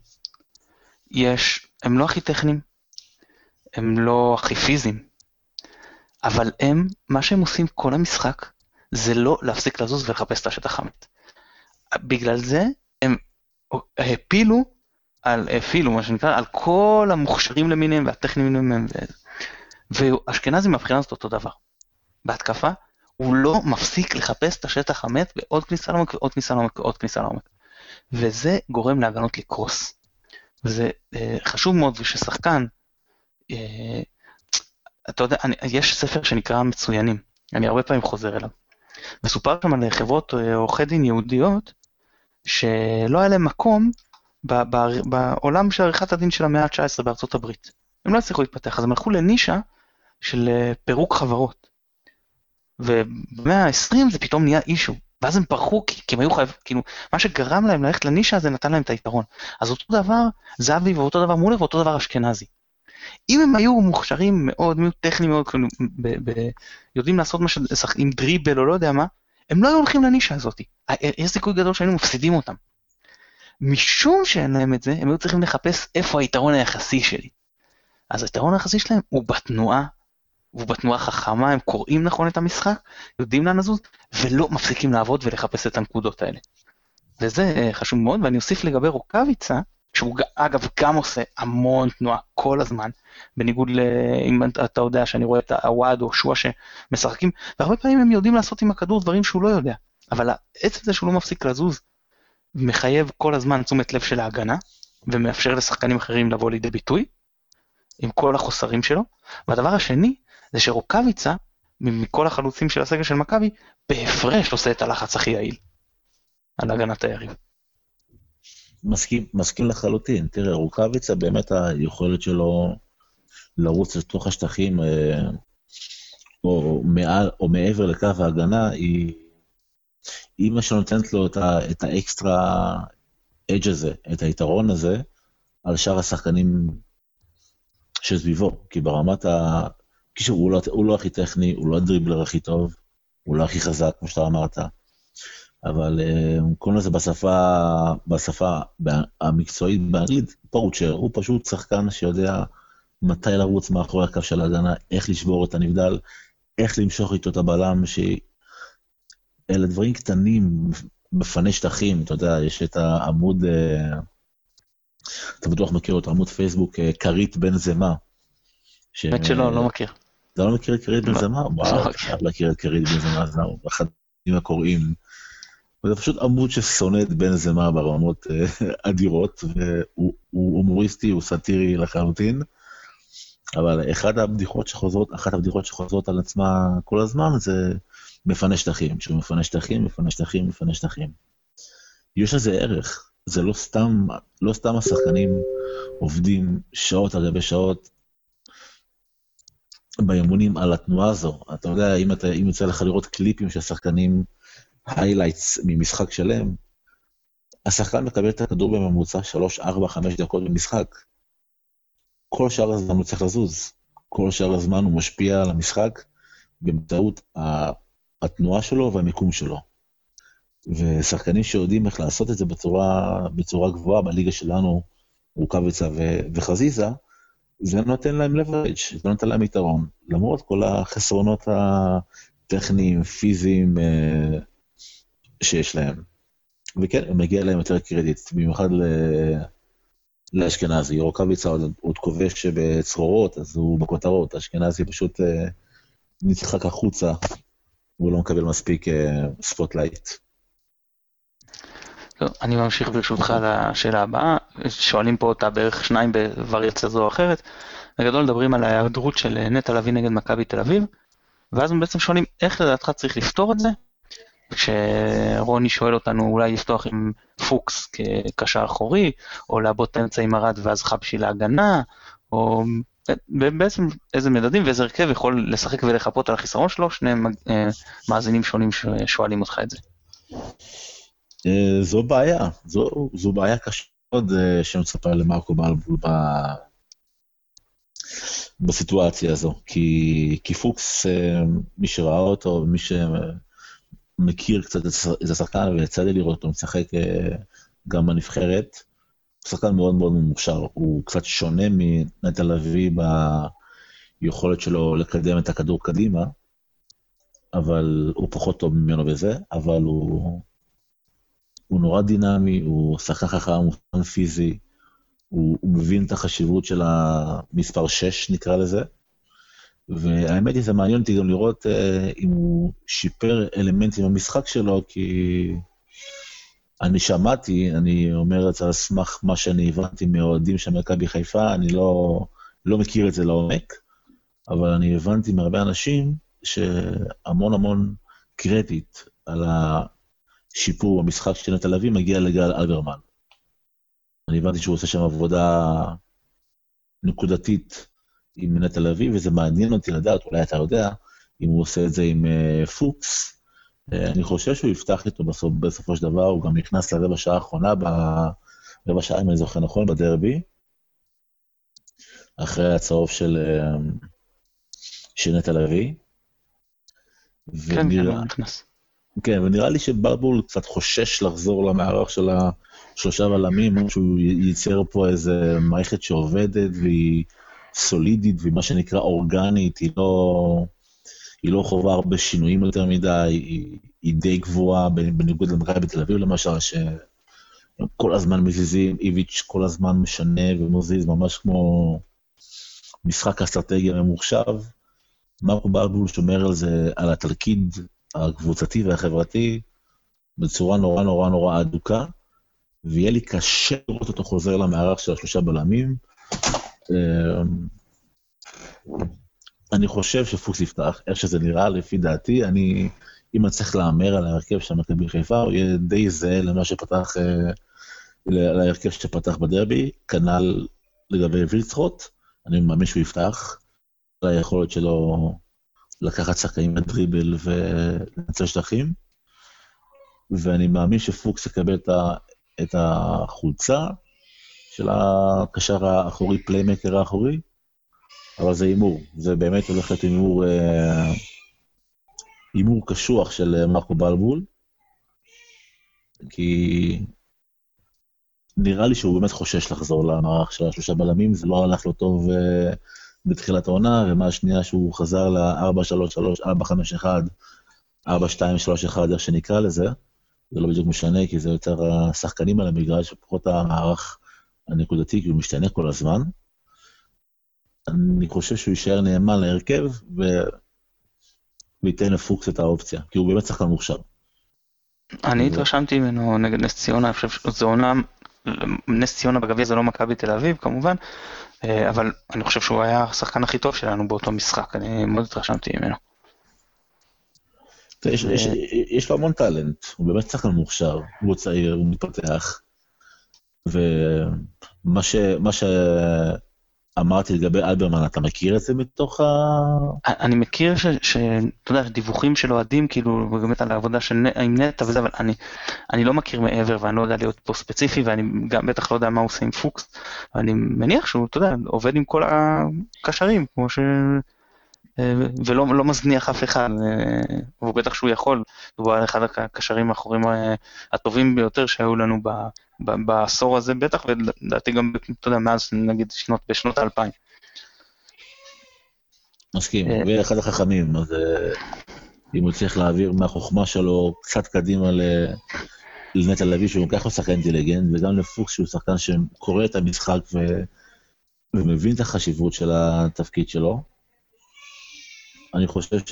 יש, הם לא הכי טכניים, הם לא הכי פיזיים, אבל הם, מה שהם עושים כל המשחק, זה לא להפסיק לזוז ולחפש את השטח המת. בגלל זה, הם הפילו, על, הפילו, מה שנקרא, על כל המוכשרים למיניהם והטכניים למיניהם, ואשכנזי מהבחינה הזאת אותו דבר. בהתקפה, הוא לא מפסיק לחפש את השטח המת בעוד כניסה לעומק ועוד כניסה לעומק ועוד כניסה לעומק. וזה גורם להגנות לקרוס. וזה אה, חשוב מאוד, וששחקן, אה, אתה יודע, אני, יש ספר שנקרא מצוינים, אני הרבה פעמים חוזר אליו. מסופר שם על חברות עורכי דין יהודיות, שלא היה להם מקום ב, ב, בעולם של עריכת הדין של המאה ה-תשע עשרה בארצות הברית. הם לא הצליחו להתפתח, אז הם הלכו לנישה של פירוק חברות. ובמאה ה-עשרים זה פתאום נהיה אישו. ואז הם פרחו, כי, כי הם היו חייב, כאילו, מה שגרם להם ללכת לנישה הזה נתן להם את היתרון. אז אותו דבר זהבי ואותו דבר מולר ואותו דבר אשכנזי. אם הם היו מוכשרים מאוד, מאוד טכניים מאוד, ב, ב, יודעים לעשות משהו עם דריבל או לא יודע מה, הם לא היו הולכים לנישה הזאת. יש סיכוי גדול שהיינו מפסידים אותם. משום שאין להם את זה, הם היו צריכים לחפש איפה היתרון היחסי שלי. אז היתרון היחסי שלהם הוא בתנועה, והוא בתנועה חכמה, הם קוראים נכון את המשחק, יודעים לאן לזוז, ולא מפסיקים לעבוד ולחפש את הנקודות האלה. וזה חשוב מאוד, ואני אוסיף לגבי רוקאביצה, שהוא אגב גם עושה המון תנועה כל הזמן, בניגוד ל... אם אתה יודע שאני רואה את הוואד או שואה שמשחקים, והרבה פעמים הם יודעים לעשות עם הכדור דברים שהוא לא יודע, אבל עצם זה שהוא לא מפסיק לזוז, מחייב כל הזמן תשומת לב של ההגנה, ומאפשר לשחקנים אחרים לבוא לידי ביטוי, עם כל החוסרים שלו. והדבר השני, זה שרוקאביצה, מכל החלוצים של הסגל של מכבי, בהפרש עושה את הלחץ הכי יעיל, על הגנת היריב. מסכים, מסכים לחלוטין. תראה, רוקאביצה באמת היכולת שלו לרוץ לתוך השטחים, או מעל או מעבר לקו ההגנה, היא היא מה שנותנת לו את, ה, את האקסטרה אדג' הזה, את היתרון הזה, על שאר השחקנים שסביבו, כי ברמת ה... קישור, הוא לא, הוא לא הכי טכני, הוא לא הדריבלר הכי טוב, הוא לא הכי חזק, כמו שאתה אמרת, אבל קוראים לזה בשפה, בשפה המקצועית באנגלית, פואוצ'ר, הוא פשוט שחקן שיודע מתי לרוץ מאחורי הקו של ההגנה, איך לשבור את הנבדל, איך למשוך איתו את הבלם, שאלה דברים קטנים, בפני שטחים, אתה יודע, יש את העמוד, אתה בטוח מכיר אותו, עמוד פייסבוק, קרית בן זמה. באמת שלא, לא מכיר. אתה לא מכיר את קרית בן זמה? וואו, חייב להכיר את קריט בן זמה, זה אחד הקוראים. וזה פשוט עמוד ששונא את בן זמה ברמות אדירות, והוא הומוריסטי, הוא סאטירי לחלוטין, אבל אחת הבדיחות שחוזרות, אחת הבדיחות שחוזרות על עצמה כל הזמן, זה מפנה שטחים, שהוא מפנה שטחים, מפנה שטחים, מפנה שטחים. יש לזה ערך, זה לא סתם, לא סתם השחקנים עובדים שעות על גבי שעות, באימונים על התנועה הזו. אתה יודע, אם, אתה, אם יוצא לך לראות קליפים של שחקנים, highlights ממשחק שלם, השחקן מקבל את הכדור בממוצע שלוש, ארבע, חמש דקות במשחק. כל שאר הזמן הוא צריך לזוז. כל שאר הזמן הוא משפיע על המשחק, באמצעות התנועה שלו והמיקום שלו. ושחקנים שיודעים איך לעשות את זה בצורה, בצורה גבוהה, בליגה שלנו, רוקאביצה וחזיזה, זה נותן להם leverage, זה נותן להם יתרון, למרות כל החסרונות הטכניים, פיזיים שיש להם. וכן, מגיע להם יותר קרדיט, במיוחד לאשכנזי. רוקאביצה עוד, עוד כובש בצרורות, אז הוא בכותרות, אשכנזי פשוט נדחק החוצה, והוא לא מקבל מספיק ספוטלייט. אני ממשיך ברשותך לשאלה הבאה, שואלים פה אותה בערך שניים בווריאציה זו או אחרת, בגדול מדברים על ההיעדרות של נטע לביא נגד מכבי תל אביב, ואז הם בעצם שואלים איך לדעתך צריך לפתור את זה, כשרוני שואל אותנו אולי לפתוח עם פוקס כקשר אחורי, או לעבוד את האמצע עם ארד ואז חבשי להגנה, או בעצם איזה מדדים ואיזה הרכב יכול לשחק ולחפות על החיסרון שלו, שני מאזינים שונים ששואלים אותך את זה. זו בעיה, זו, זו בעיה קשה מאוד שמצפה למרקו בלבול ב... בסיטואציה הזו, כי, כי פוקס, מי שראה אותו, מי שמכיר קצת את השחקן ויצא לי לראות אותו, משחק גם בנבחרת, הוא שחקן מאוד מאוד ממושר, הוא קצת שונה מנטע לביא ביכולת שלו לקדם את הכדור קדימה, אבל הוא פחות טוב ממנו בזה, אבל הוא... הוא נורא דינמי, הוא שחקן חכם, הוא שחקן פיזי, הוא, הוא מבין את החשיבות של המספר שש נקרא לזה, והאמת היא זה מעניין אותי גם לראות אה, אם הוא שיפר אלמנטים במשחק שלו, כי אני שמעתי, אני אומר את זה על סמך מה שאני הבנתי מאוהדים של מכבי חיפה, אני לא, לא מכיר את זה לעומק, אבל אני הבנתי מהרבה אנשים שהמון המון קרדיט על ה... שיפור במשחק של נטע לביא מגיע לגל אלברמן. אני הבנתי שהוא עושה שם עבודה נקודתית עם נטע לביא, וזה מעניין אותי לדעת, אולי אתה יודע, אם הוא עושה את זה עם פוקס, אני חושב שהוא יפתח איתו בסופ, בסופו של דבר, הוא גם נכנס לרבע שעה האחרונה, ברבע שעה, אם אני זוכר נכון, בדרבי, אחרי הצהוב של, של נטע לביא. כן, כן, הוא נכנס. כן, ונראה לי שבלבול קצת חושש לחזור למערך של השלושה בלמים, שהוא ייצר פה איזה מערכת שעובדת, והיא סולידית ומה שנקרא אורגנית, היא לא, היא לא חובה הרבה שינויים יותר מדי, היא, היא די גבוהה, בניגוד למכבי בתל אביב למשל, שכל הזמן מזיזים, איביץ' כל הזמן משנה ומזיז, ממש כמו משחק אסטרטגיה ממוחשב. מרקו בלבול שומר על זה, על התלכיד הקבוצתי והחברתי, בצורה נורא נורא נורא אדוקה, ויהיה לי קשה לראות אותו חוזר למערך של השלושה בלמים. אני חושב שפוקס יפתח, איך שזה נראה לפי דעתי, אני, אם אני צריך לאמר על ההרכב של מכבי חיפה, הוא יהיה די זהה למה שפתח, להרכב שפתח בדרבי, כנ"ל לגבי וילצחוט, אני מאמין שהוא יפתח, ליכולת שלו לקחת שחקנים לדריבל ולנצל שטחים, ואני מאמין שפוקס יקבל את, ה, את החולצה של הקשר האחורי, פליימקר האחורי, אבל זה אימור, זה באמת הולך להיות אימור, אימור קשוח של מרקו בלבול, כי נראה לי שהוא באמת חושש לחזור למערך של השלושה בלמים, זה לא הלך לו טוב בתחילת העונה, ומה השנייה שהוא חזר ל-ארבע שלוש שלוש, ארבע חמש אחת, ארבע שתיים שלוש אחת, איך שנקרא לזה, זה לא בדיוק משנה, כי זה יותר השחקנים על המגרש, פחות המערך הנקודתי, כי הוא משתנה כל הזמן. אני חושב שהוא יישאר נאמן להרכב, ו... וייתן לפוקס את האופציה, כי הוא באמת שחקן מוכשר. אני התרשמתי ממנו נגד נס ציונה, אני חושב שזה עונה, נס ציונה בגביע זה לא מכבי תל אביב כמובן, אבל אני חושב שהוא היה השחקן הכי טוב שלנו באותו משחק, אני מאוד התרשמתי ממנו. יש, יש, יש לו המון טלנט, הוא באמת שחקן מוכשר, הוא צעיר, הוא מתפתח, ומה ש... מה ש... אמרתי לגבי אלברמן, אתה מכיר את זה מתוך ה... אני מכיר שאתה יודע, דיווחים של אוהדים, כאילו, באמת על העבודה עם נטע וזה, אבל אני, אני לא מכיר מעבר, ואני לא יודע להיות פה ספציפי, ואני גם בטח לא יודע מה הוא עושה עם פוקס, ואני מניח שהוא, אתה יודע, עובד עם כל הקשרים, כמו ש... ולא לא מזניח אף אחד, והוא בטח שהוא יכול, הוא היה אחד הקשרים האחורים הטובים ביותר שהיו לנו ב... בעשור הזה בטח, ולדעתי גם, אתה יודע, מאז נגיד שנות, בשנות האלפיים. מסכים, ואחד החכמים, אז אם הוא צריך להעביר מהחוכמה שלו קצת קדימה לנטע לביא, שהוא ככה שחקן אינטליגנט, וגם לפוקס שהוא שחקן שקורא את המשחק ומבין את החשיבות של התפקיד שלו, אני חושב ש...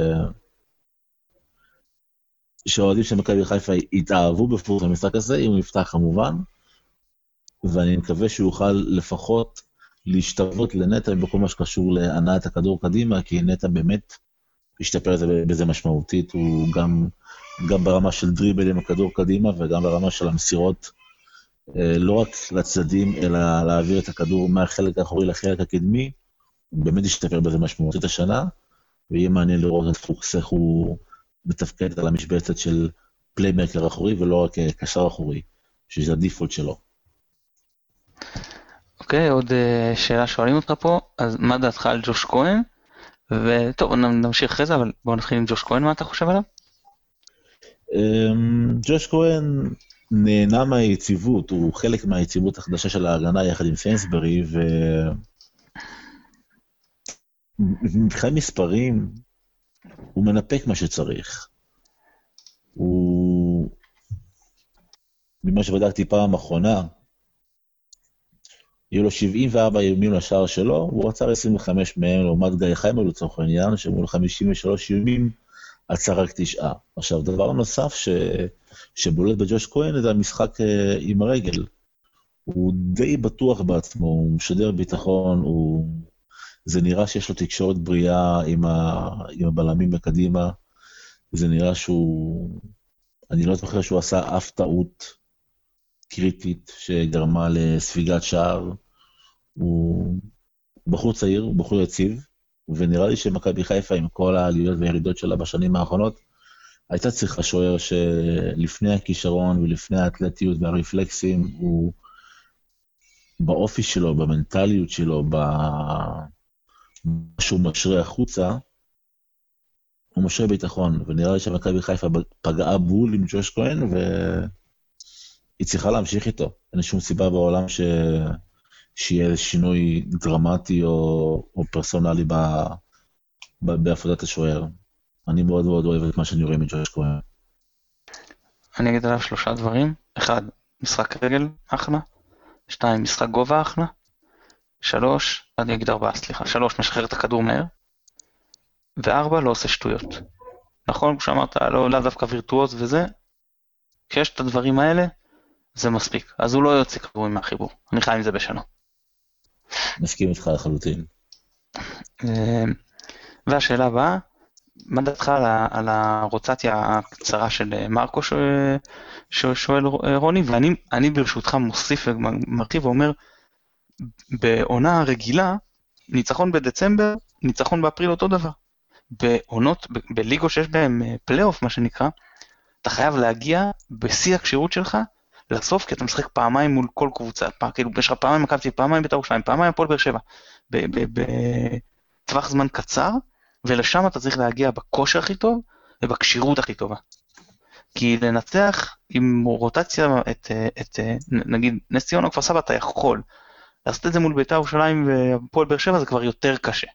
שהאוהדים של מכבי חיפה יתאהבו בפוקס במשחק הזה, אם הוא יפתח כמובן, ואני מקווה שהוא יוכל לפחות להשתוות לנטע בכל מה שקשור להנעת הכדור קדימה, כי נטע באמת השתפר בזה משמעותית, הוא גם, גם ברמה של דריבל עם הכדור קדימה, וגם ברמה של המסירות, לא רק לצדדים, אלא להעביר את הכדור מהחלק האחורי לחלק הקדמי, הוא באמת השתפר בזה משמעותית השנה, ויהיה מעניין לראות את פוקס איך הוא מתפקד על המשבצת של פליימקר אחורי, ולא רק קשר אחורי, שזה הדיפולט שלו. אוקיי, עוד שאלה שואלים אותך פה, אז מה דעתך על ג'וש כהן? וטוב, נמשיך אחרי זה, אבל בואו נתחיל עם ג'וש כהן, מה אתה חושב עליו? ג'וש כהן נהנה מהיציבות, הוא חלק מהיציבות החדשה של ההגנה יחד עם סיינסברי, ומבחינת מספרים, הוא מנפק מה שצריך. הוא, ממה שבדקתי פעם אחרונה, יהיו לו שבעים וארבע איומים לשער שלו, הוא עצר עשרים וחמש מהם לעומת גיא חיימר לצורך העניין, שמול חמישים ושלושה איומים, עצר רק תשעה. עכשיו, דבר נוסף ש... שבולט בג'וש כהן, זה המשחק עם הרגל. הוא די בטוח בעצמו, הוא משדר ביטחון, הוא... זה נראה שיש לו תקשורת בריאה עם, ה... עם הבלמים בקדימה, זה נראה שהוא... אני לא זוכר שהוא עשה אף טעות קריטית שגרמה לספיגת שער, הוא בחור צעיר, הוא בחור יציב, ונראה לי שמכבי חיפה עם כל העליות והירידות שלה בשנים האחרונות, הייתה צריכה שוער שלפני הכישרון ולפני האתלטיות והרפלקסים, הוא באופי שלו, במנטליות שלו, במשהו משרה החוצה, הוא משרה ביטחון, ונראה לי שמכבי חיפה פגעה בול עם ג'וש כהן, והיא צריכה להמשיך איתו. אין שום סיבה בעולם ש... שיהיה איזה שינוי דרמטי או, או פרסונלי ב, ב, בהפרדת השוער. אני מאוד מאוד אוהב את מה שאני רואה מג'וש כהן. אני אגיד עליו שלושה דברים. אחד, משחק רגל אחלה. שתיים, משחק גובה אחלה. שלוש, אני אגיד ארבעה, סליחה. שלוש, משחרר את הכדור מהר. וארבע, לא עושה שטויות. נכון, כמו שאמרת, לא, לא דווקא וירטואוז וזה. כשיש את הדברים האלה, זה מספיק. אז הוא לא יוצא כדורים מהחיבור. אני חי עם זה בשנה. מסכים איתך לחלוטין. והשאלה הבאה, מה דעתך על, על הרוטציה הקצרה של מרקו ששואל רוני, ואני אני ברשותך מוסיף ומרחיב ואומר, בעונה רגילה, ניצחון בדצמבר, ניצחון באפריל אותו דבר. בעונות, ב- בליגו שיש בהם פלייאוף מה שנקרא, אתה חייב להגיע בשיא הקשירות שלך לסוף, כי אתה משחק פעמיים מול כל קבוצה, פעם, כאילו יש לך פעמיים מכבי, פעמיים בית"ר ירושלים, פעמיים הפועל באר שבע, בטווח זמן קצר, ולשם אתה צריך להגיע בכושר הכי טוב ובקשירות הכי טובה. כי לנצח עם רוטציה את, את נגיד נס ציונה או כפר סבא אתה יכול, לעשות את זה מול בית"ר ירושלים והפועל באר שבע זה כבר יותר קשה.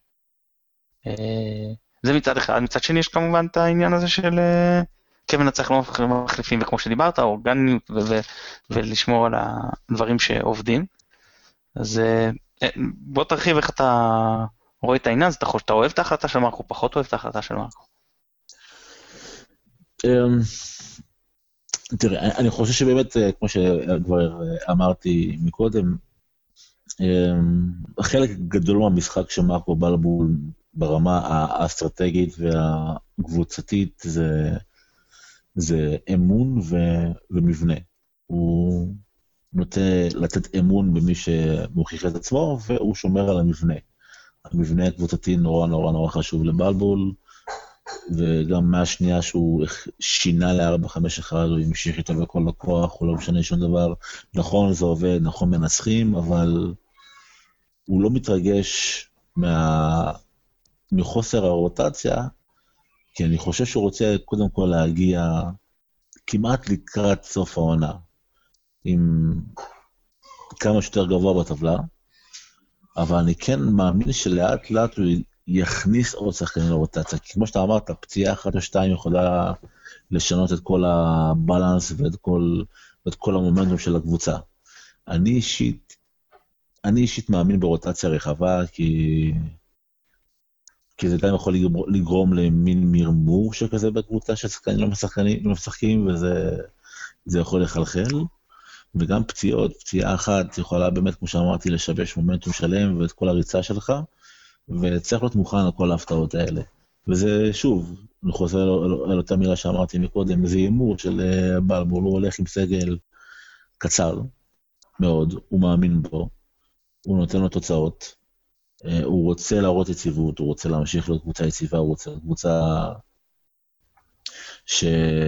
זה מצד אחד. מצד שני יש כמובן את העניין הזה של כמנצח לא מחליפים, וכמו שדיברת, אורגניות ולשמור על הדברים שעובדים. אז בוא תרחיב איך אתה רואה את העניין, אתה חושב שאתה אוהב את ההחלטה של מרקו, פחות אוהב את ההחלטה של מרקו? תראה, אני חושב שבאמת, כמו שכבר אמרתי מקודם, חלק גדול מהמשחק שמרקו בלבול ברמה האסטרטגית והקבוצתית זה, זה אמון ו, ומבנה. הוא נוטה לתת אמון במי שמוכיח את עצמו, והוא שומר על המבנה. המבנה הקבוצתי נורא נורא נורא חשוב לבלבול, וגם מהשנייה שהוא שינה ל-ארבע חמש אחד, הוא המשיך איתו בכל הכוח, הוא לא משנה שום דבר. נכון, זה עובד, נכון מנסחים, אבל הוא לא מתרגש מה... מחוסר הרוטציה, כי אני חושב שהוא רוצה קודם כל להגיע כמעט לקראת סוף העונה, עם כמה שיותר גבוה בטבלה, אבל אני כן מאמין שלאט לאט הוא יכניס עוד שחקנים לרוטציה, כי כמו שאתה אמרת, פציעה אחת או שתיים יכולה לשנות את כל הבלנס ואת כל, ואת כל המומנטום של הקבוצה. אני אישית, אני אישית מאמין ברוטציה רחבה, כי, כי זה גם יכול לגרום, לגרום למין מרמור שכזה בקבוצה, ששחקנים לא משחקים, לא משחקים, וזה זה יכול לחלחל. וגם פציעות, פציעה אחת יכולה באמת, כמו שאמרתי, לשבש מומנטום שלם ואת כל הריצה שלך, וצריך להיות מוכן על כל ההפתעות האלה. וזה שוב, אני חוזר על אותה מילה שאמרתי מקודם, זה אימור של בלבול, הוא הולך עם סגל קצר מאוד, הוא מאמין בו, הוא נותן לו תוצאות, הוא רוצה להראות יציבות, הוא רוצה להמשיך להיות קבוצה יציבה, הוא רוצה להיות קבוצה ש...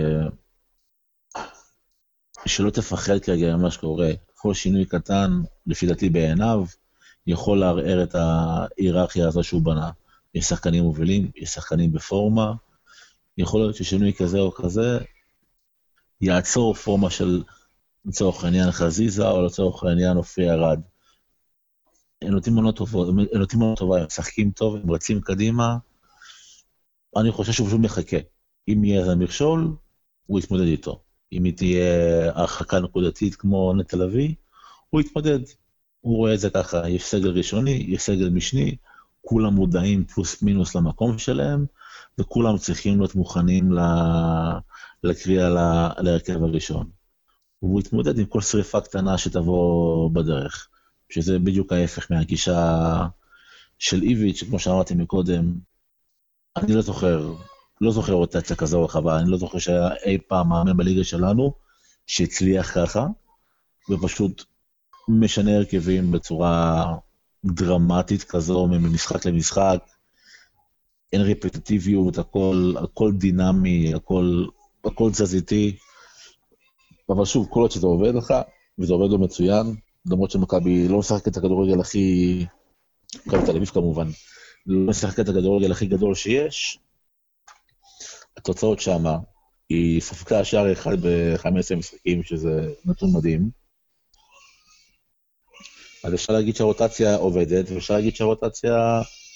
שלא תפחד כרגע ממה שקורה. כל שינוי קטן, לפי דעתי בעיניו, יכול לערער את ההיררכיה הזו שהוא בנה. יש שחקנים מובילים, יש שחקנים בפורמה, יכול להיות ששינוי כזה או כזה, יעצור פורמה של לצורך העניין חזיזה, או לצורך העניין אופי הרד. הם נותנים מונות טובות, הם נותנים מונות טובה, הם משחקים טוב, הם רצים קדימה, אני חושב שהוא פשוט מחכה. אם יהיה איזה מכשול, הוא יתמודד איתו. אם היא תהיה הרחקה נקודתית כמו נטל אבי, הוא יתמודד. הוא רואה את זה ככה, יש סגל ראשוני, יש סגל משני, כולם מודעים פלוס מינוס למקום שלהם, וכולם צריכים להיות מוכנים לקריאה להרכב הראשון. הוא יתמודד עם כל שריפה קטנה שתבוא בדרך, שזה בדיוק ההפך מהגישה של איביץ', שכמו שאמרתי מקודם, אני לא זוכר, לא זוכר רוטציה כזו רחבה, אני לא זוכר שהיה אי פעם מאמן בליגה שלנו, שהצליח ככה, ופשוט משנה הרכבים בצורה דרמטית כזו, ממשחק למשחק, אין רפטטיביות, הכל, הכל דינמי, הכל, הכל תזזיתי, אבל שוב, כל עוד שזה עובד לך, וזה עובד לו מצוין, למרות שמכבי לא משחק את הכדורגל הכי, מכבי תל אביב כמובן, לא משחק את הכדורגל הכי גדול שיש, התוצאות שמה, היא ספקה שער אחד ב-חמישה עשר משחקים, שזה נתון מדהים, אז אפשר להגיד שהרוטציה עובדת, ואפשר להגיד שהרוטציה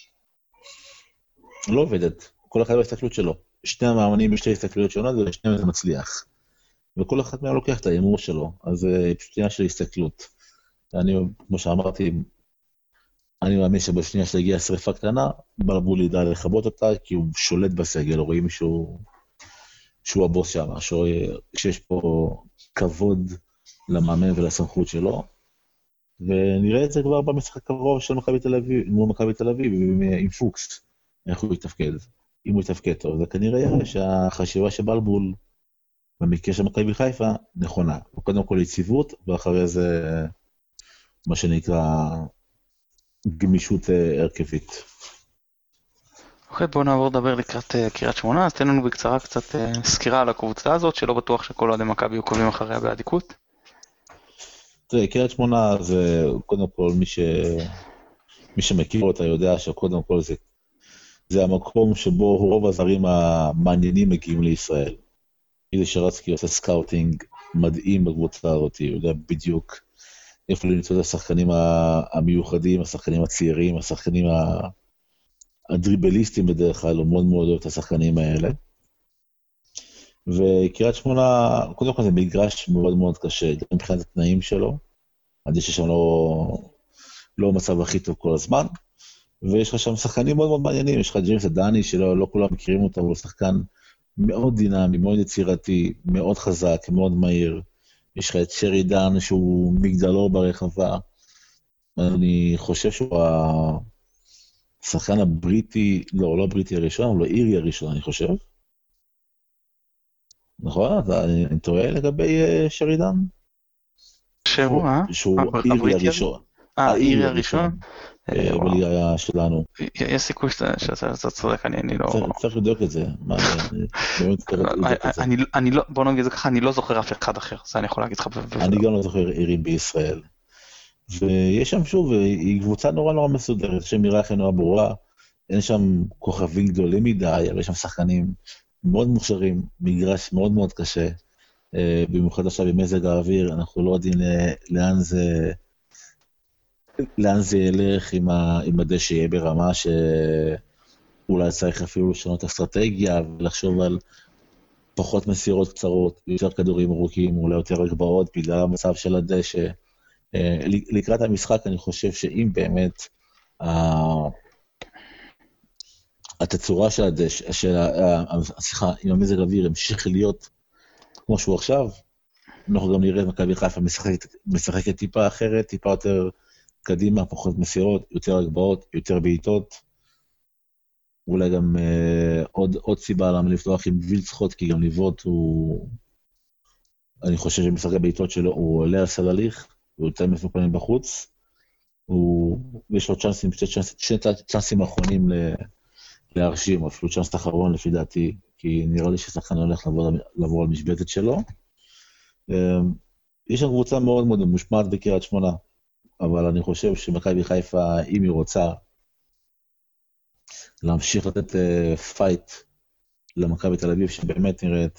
לא עובדת. כל אחד בהסתכלות שלו. שני המאמנים בשתי הסתכלויות שונות, ושניהם זה מצליח. וכל אחד מהם לוקח את האימור שלו, אז זה פשוט עניין של הסתכלות. אני, כמו שאמרתי, אני מאמין שבשנייה שהגיעה שריפה קטנה, בלבול ידע לכבות אותה, כי הוא שולט בסגל, רואים שהוא, שהוא הבוס שם, שיש פה כבוד למאמן ולסמכות שלו, ונראה את זה כבר במשחק הקרוב של מכבי תל אביב, מול מכבי תל אביב, עם, עם פוקס, איך הוא יתפקד. אם הוא יתפקד טוב, זה כנראה יראה שהחשיבה של בלבול, במקרה של מכבי חיפה, נכונה. קודם כל יציבות, ואחרי זה, מה שנקרא, גמישות הרכבית. אוקיי, בואו נעבור לדבר לקראת קריית שמונה, אז תן לנו בקצרה קצת סקירה על הקבוצה הזאת, שלא בטוח שכל אוהדי מכבי עוקבים אחריה באדיקות. תראה, קריית שמונה זה, קודם כל, מי, ש... מי שמכיר אותה יודע שקודם כל זה, זה המקום שבו רוב הזרים המעניינים מגיעים לישראל. איזה שרצקי עושה סקאוטינג מדהים בקבוצה הזאת, הוא יודע בדיוק איפה למצוא את השחקנים המיוחדים, השחקנים הצעירים, השחקנים הדריבליסטים בדרך כלל, הוא מאוד מאוד אוהב את השחקנים האלה. וקריית שמונה, קודם כל זה מגרש מאוד מאוד קשה, גם מבחינת התנאים שלו, עד ששם לא, לא מצב הכי טוב כל הזמן, ויש לך שם שחקנים מאוד מאוד מעניינים, יש לך ג'יימס הדני שלא לא כולם מכירים אותו, אבל הוא שחקן מאוד דינמי, מאוד יצירתי, מאוד חזק, מאוד מהיר, יש לך את שרידן שהוא מגדלור ברחבה, אני חושב שהוא השחקן הבריטי, לא, לא הבריטי הראשון, אבל האירי הראשון, אני חושב. נכון? אני טועה לגבי שרידן? שהוא, אה? שהוא האירי הראשון. אה, האירי הראשון? בליגה שלנו. יש סיכוי שאתה צודק, אני לא... צריך לבדוק את זה. בוא נגיד זה ככה, אני לא זוכר אף אחד אחר, זה אני יכול להגיד לך. אני גם לא זוכר אירים בישראל. ויש שם שוב, היא קבוצה נורא נורא מסודרת, שמירה הכי נורא ברורה, אין שם כוכבים גדולים מדי, אבל יש שם שחקנים מאוד מוכשרים, מגרש מאוד מאוד קשה, במיוחד עכשיו עם מזג האוויר, אנחנו לא יודעים לאן זה, לאן זה ילך עם, ה, עם הדשא יהיה ברמה שאולי צריך אפילו לשנות אסטרטגיה, ולחשוב על פחות מסירות קצרות, יותר כדורים ארוכים, אולי יותר הגבהות, בגלל המצב של הדשא. לקראת המשחק אני חושב שאם באמת התצורה של הדשא, סליחה, אם המזג האוויר המשיך להיות כמו שהוא עכשיו, אנחנו גם נראה את מכבי חיפה משחקת טיפה אחרת, טיפה יותר קדימה, פחות מסירות, יותר הגבהות, יותר בעיטות. אולי גם עוד, עוד סיבה למה לפתוח עם וילצחוט, כי גם ליבוט הוא, אני חושב שמשחק הבעיטות שלו הוא עולה על סלליך, הוא יותר מסוכנים בחוץ, ויש לו צ'אנסים, שני צ'אנסים האחרונים להרשים, אפילו צ'אנס האחרון לפי דעתי, כי נראה לי ששחקן הולך לעבור על משבצת שלו. יש שם קבוצה מאוד מאוד מושמעת בקריית שמונה, אבל אני חושב שמכבי חיפה, אם היא רוצה להמשיך לתת פייט למכבי תל אביב, שבאמת נראית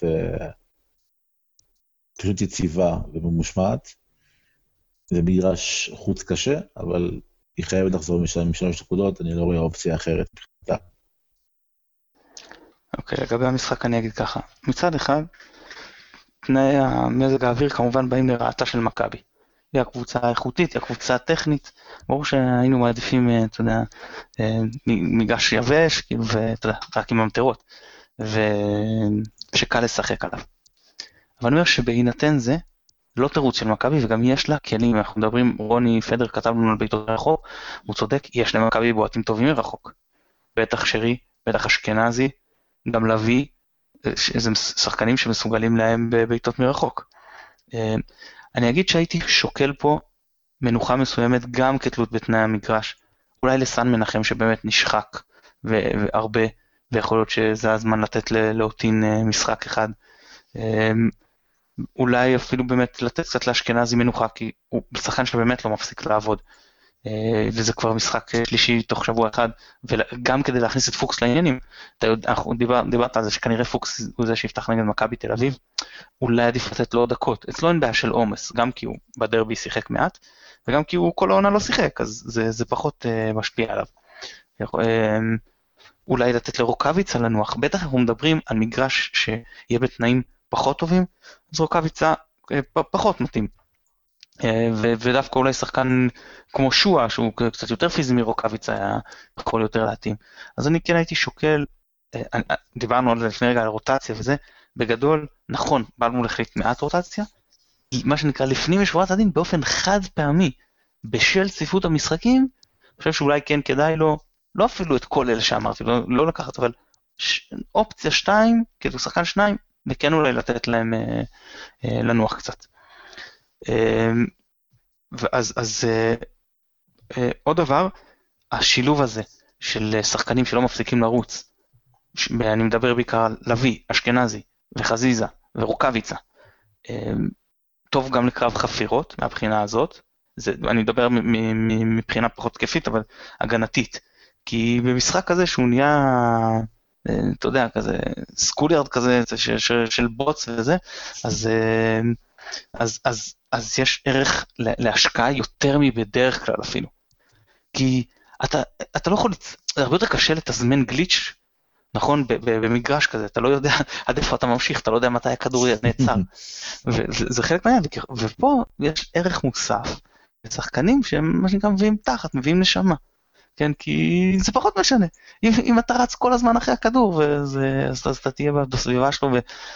פשוט יציבה וממושמעת, זה מגרש חוץ קשה, אבל היא חייבת לחזור משם שלוש נקודות, אני לא רואה אופציה אחרת. אוקיי, לגבי המשחק אני אגיד ככה. מצד אחד, תנאי המזג האוויר כמובן באים לרעתה של מכבי. היא הקבוצה האיכותית, היא הקבוצה הטכנית. ברור שהיינו מעדיפים, אתה יודע, מגרש יבש, ואתה יודע, רק עם המטרות, ושקל לשחק עליו. אבל אני אומר שבהינתן זה, לא תירוץ של מכבי, וגם יש לה כלים, אנחנו מדברים, רוני פדר כתב לנו על בעיטות מרחוק, הוא צודק, יש למכבי בועטים טובים מרחוק. בטח שרי, בטח אשכנזי, גם לוי, זה שחקנים שמסוגלים להם בבעיטות מרחוק. אני אגיד שהייתי שוקל פה מנוחה מסוימת, גם כתלות בתנאי המגרש, אולי לסן מנחם שבאמת נשחק, והרבה, ויכול להיות שזה הזמן לתת לאוטין משחק אחד, אולי אפילו באמת לתת קצת לאשכנזי מנוחה, כי הוא שחקן שבאמת לא מפסיק לעבוד, וזה כבר משחק שלישי תוך שבוע אחד, וגם כדי להכניס את פוקס לעניינים, אתה יודע, דיבר, דיברת על זה שכנראה פוקס הוא זה שיפתח נגד מכבי תל אביב, אולי עדיף לתת לו עוד דקות, אצלו אין בעיה של עומס, גם כי הוא בדרבי שיחק מעט, וגם כי הוא כל העונה לא שיחק, אז זה, זה פחות uh, משפיע עליו. יכול- אה, אולי לתת לרוקאביצה לנוח, בטח אנחנו מדברים על מגרש שיהיה בתנאים פחות טובים, אז רוקאביצה אה, פ- פחות מתאים. אה, ו- ודווקא אולי שחקן כמו שואה, שהוא קצת יותר פיזי מרוקאביצה, היה יכול יותר להתאים. אז אני כן הייתי שוקל, אה, אני- אה, דיברנו על זה לפני רגע, על רוטציה וזה, בגדול, נכון, בלמול החליט מעט רוטציה, מה שנקרא לפנים משורת הדין, באופן חד פעמי, בשל צפיפות המשחקים, אני חושב שאולי כן כדאי לו, לא אפילו את כל אלה שאמרתי, לא, לא לקחת, אבל ש, אופציה שתיים, כאילו שחקן שניים, וכן אולי לתת להם אה, אה, לנוח קצת. אה, ואז, אז אה, אה, עוד דבר, השילוב הזה של אה, שחקנים שלא מפסיקים לרוץ, ש, אני מדבר בעיקר על לוי, אשכנזי, וחזיזה, ורוקאביצה, אה, טוב גם לקרב חפירות מהבחינה הזאת, זה, אני מדבר מ- מ- מ- מבחינה פחות תקפית, אבל הגנתית, כי במשחק כזה שהוא נהיה, אה, אתה יודע, כזה סקוליארד כזה ש, ש, של בוץ וזה, אז, אה, אז, אז, אז יש ערך לה- להשקעה יותר מבדרך כלל אפילו, כי אתה, אתה לא יכול, לצ- זה הרבה יותר קשה לתזמן גליץ', נכון, ב- ב- במגרש כזה, אתה לא יודע עד איפה אתה ממשיך, אתה לא יודע מתי הכדור נעצר, וזה חלק מהעניין, ופה יש ערך מוסף לשחקנים שהם מה שנקרא מביאים תחת, מביאים נשמה, כן, כי זה פחות משנה, אם, אם אתה רץ כל הזמן אחרי הכדור, וזה, אז, אז אתה תהיה בסביבה שלו,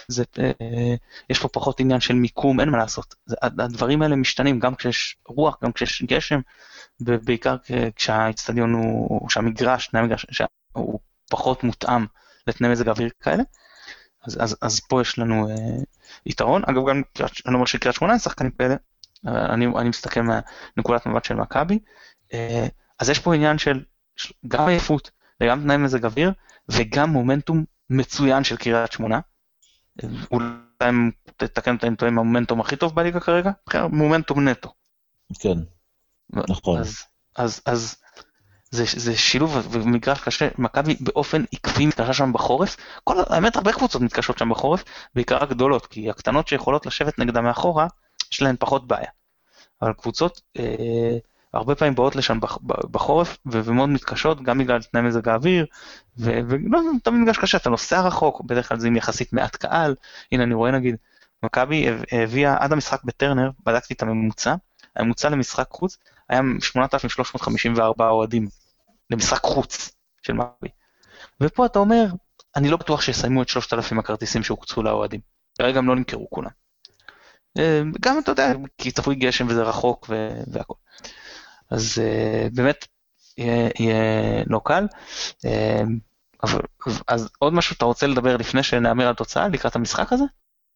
ויש פה פחות עניין של מיקום, אין מה לעשות, זה, הדברים האלה משתנים, גם כשיש רוח, גם כשיש גשם, ובעיקר כשהאצטדיון הוא, שהמגרש, תנאי המגרש, הוא פחות מותאם לתנאי מזג אוויר כאלה, אז, אז, אז פה יש לנו אה, יתרון. אגב, גם, אני אומר שקריית שמונה אין שחקנים כאלה, אני, אני מסתכל מהנקודת מבט של מכבי, אה, אז יש פה עניין של גם עייפות, וגם תנאי מזג אוויר, וגם מומנטום מצוין של קריית שמונה, אולי אם תתקן אותי, אני טועה עם המומנטום הכי טוב בליגה כרגע, מומנטום נטו. כן, נכון. אז, אז, אז זה, זה שילוב ומגרש קשה, מכבי באופן עקבי מתקשה שם בחורף, כל, האמת הרבה קבוצות מתקשות שם בחורף, בעיקר הגדולות, כי הקטנות שיכולות לשבת נגדה מאחורה, יש להן פחות בעיה. אבל קבוצות אה, הרבה פעמים באות לשם בח, בחורף, ו- ומאוד מתקשות, גם בגלל תנאי מזג האוויר, ו- ולא תמיד מגרש קשה, אתה נוסע רחוק, בדרך כלל זה עם יחסית מעט קהל, הנה אני רואה נגיד, מכבי הביאה עד המשחק בטרנר, בדקתי את הממוצע, הממוצע למשחק חוץ היה שמונת אלפים שלוש מאות חמישים וארבע אוהדים, למשחק חוץ של מכבי. ופה אתה אומר, אני לא בטוח שיסיימו את שלושת אלפים הכרטיסים שהוקצו לאוהדים. כרגע הם לא נמכרו כולם. אה, גם אתה יודע, כי צפוי גשם וזה רחוק והכל. אז אה, באמת יהיה, יהיה לא קל. אה, אבל, אז עוד משהו אתה רוצה לדבר לפני שנאמר על תוצאה לקראת המשחק הזה?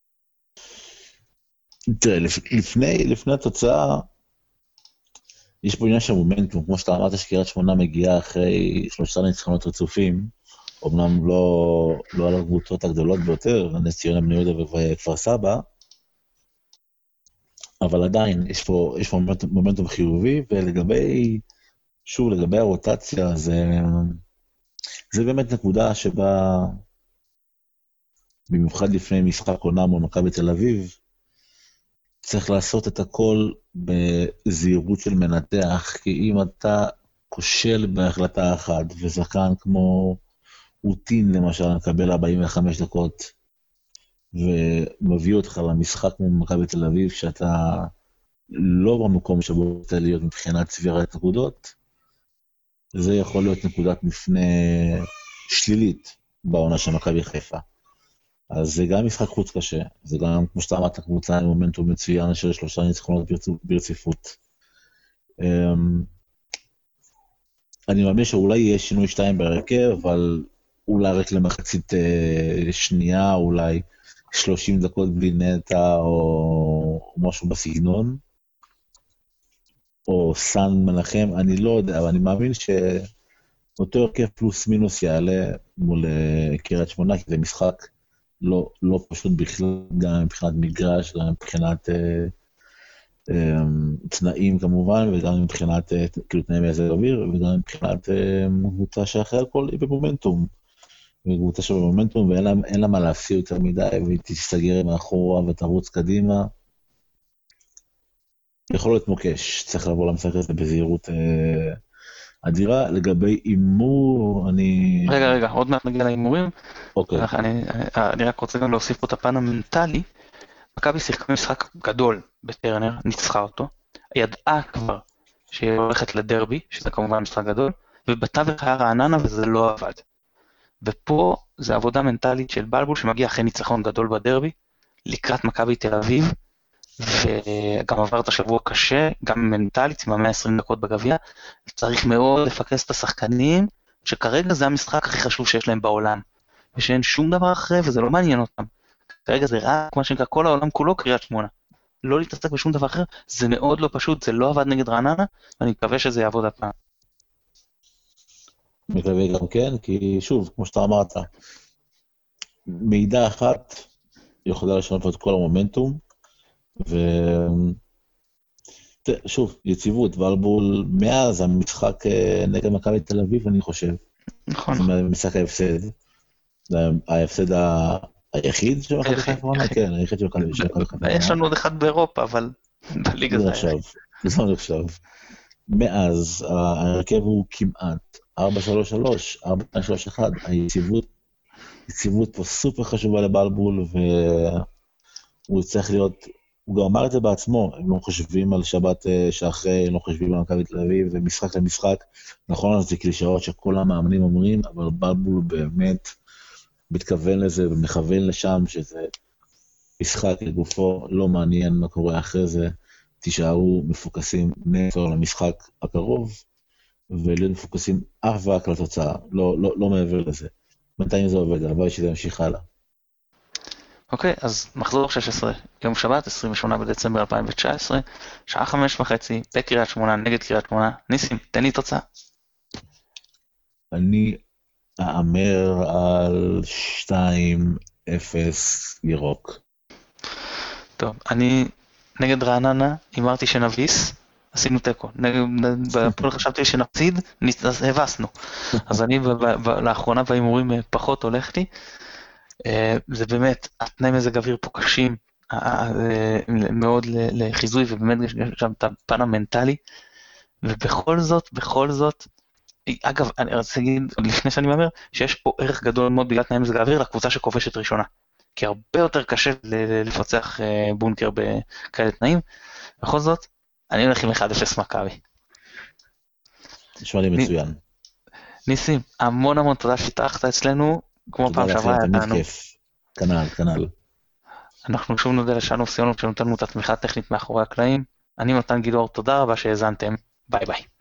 תראה, לפ- לפני, לפני התוצאה, יש פה עניין של מומנטום, כמו שאתה אמרת שקריית שמונה מגיעה אחרי שלושה ניצחונות רצופים, אמנם לא, לא על הקבוצות הגדולות ביותר, נס ציונה, בני יהודה וכפר סבא, אבל עדיין יש פה, יש פה מומנטום, מומנטום חיובי, ולגבי, שוב, לגבי הרוטציה, זה, זה באמת נקודה שבה, במיוחד לפני משחק עונה מול מכבי תל אביב, צריך לעשות את הכל בזהירות של מנתח, כי אם אתה כושל בהחלטה אחת, ושחקן כמו אוטין למשל, מקבל ארבעים וחמש דקות, ומביא אותך למשחק כמו מכבי תל אביב, שאתה לא במקום שבו רוצה להיות מבחינת צבירת נקודות, זה יכול להיות נקודת מפנה שלילית בעונה של מכבי חיפה. אז זה גם משחק חוץ קשה, זה גם, כמו שאתה אמרת, קבוצה עם מומנטום מצוין של שלושה ניצחונות ברציפות. אני מאמין שאולי יהיה שינוי שתיים בהרכב, אבל אולי רק למחצית שנייה, אולי שלושים דקות בלי נטע, או משהו בסגנון, או סן מנחם, אני לא יודע, אבל אני מאמין שאותו הרכב פלוס מינוס יעלה מול קריית שמונה, כי זה משחק לא, לא פשוט בכלל, גם מבחינת מגרש, גם מבחינת אה, אה, תנאים כמובן, וגם מבחינת אה, כאילו תנאי מזג אוויר, וגם מבחינת אה, קבוצה שאחרי הכל היא במומנטום. קבוצה שבמומנטום ואין לה, אין לה מה להפסיד יותר מדי, והיא תסתגר מאחורה ותרוץ קדימה. יכול להיות מוקש, צריך לעבור למשחק הזה בזהירות אה, אדירה. לגבי הימור, אני... רגע, רגע, עוד מעט נגיע להימורים. אוקיי, אני, אני רק רוצה גם להוסיף פה את הפן המנטלי. מכבי שיחקה משחק גדול בטרנר, ניצחה אותו, ידעה כבר שהיא הולכת לדרבי, שזה כמובן משחק גדול, ובתווך היה רעננה וזה לא עבד. ופה זה עבודה מנטלית של בלבול שמגיע אחרי ניצחון גדול בדרבי, לקראת מכבי תל אביב, וגם עבר את השבוע קשה, גם מנטלית, עם מאה ועשרים דקות בגביע, צריך מאוד לפקס את השחקנים, שכרגע זה המשחק הכי חשוב שיש להם בעולם, ושאין שום דבר אחרי וזה לא מעניין אותם. כרגע זה רק מה שנקרא כל העולם כולו קריית שמונה. לא להתעסק בשום דבר אחר, זה מאוד לא פשוט, זה לא עבד נגד רעננה, ואני מקווה שזה יעבוד הפעם. מקווה גם כן, כי שוב, כמו שאתה אמרת, מידע אחת יכולה לשנות את כל המומנטום, ושוב, יציבות, בלבול מאז המשחק אה, נגד מכבי תל אביב, אני חושב, נכון, זה משחק ההפסד, זה ההפסד ה- היחיד של מכבי היחיד, חיפה, היחיד. כן, היחיד של מכבי של מכבי חיפה, יש לנו עוד אחד באירופה, אבל בליגה זה זה נחשב, היחיד. זה לא נחשב. מאז ההרכב הוא כמעט ארבע שלוש שלוש, ארבע שלוש אחת, היציבות, יציבות פה סופר חשובה לבלבול, והוא צריך להיות, הוא גם אמר את זה בעצמו, הם לא חושבים על שבת אה, שאחרי, הם לא חושבים על מכבי תל אביב, ומשחק למשחק, נכון, אז זה קלישאות שכל המאמנים אומרים, אבל בלבול באמת מתכוון לזה ומכוון לשם, שזה משחק לגופו, לא מעניין מה קורה אחרי זה, תישארו מפוקסים נטו למשחק הקרוב, ולהיות מפוקסים אך ורק לתוצאה, לא, לא, לא מעבר לזה. בינתיים זה עובד, הלוואי שזה ימשיך הלאה. אוקיי, אז מחזור שש עשרה, יום שבת, עשרים ושמונה בדצמבר אלפיים תשע עשרה, שעה חמש וחצי, בקריית שמונה, נגד קריית שמונה. ניסים, תן לי תוצאה. אני אאמר על שתיים אפס ירוק. טוב, אני נגד רעננה, אמרתי שנביס, עשינו תיקו. בפועל חשבתי שנפסיד, אז הבסנו. אז אני ב- ב- ב- לאחרונה בהימורים אה, פחות הולך לי. אה, זה באמת, התנאי מזג אוויר פה קשים, אה, אה, מאוד ל- לחיזוי, ובאמת יש שם את הפן המנטלי, ובכל זאת, בכל זאת, אגב, אני רוצה להגיד, עוד לפני שאני מאמר, שיש פה ערך גדול מאוד בגלל תנאי מזג האוויר לקבוצה שכובשת ראשונה. כי הרבה יותר קשה ל- ל- לפצח אה, בונקר בכאלה תנאים. בכל זאת, אני הולך עם אחד אפס מכבי. נשמע לי נ- מצוין. ניסים, המון המון תודה שהתארחת אצלנו, כמו תודה פעם לכם, שעברה היה תמיד תענוג. כיף. כנ"ל, כנ"ל. אנחנו שוב נודה לשאנוף סיונוב שנותן לנו את התמיכה הטכנית מאחורי הקלעים. אני מתן גילאור, תודה רבה שהאזנתם, ביי ביי.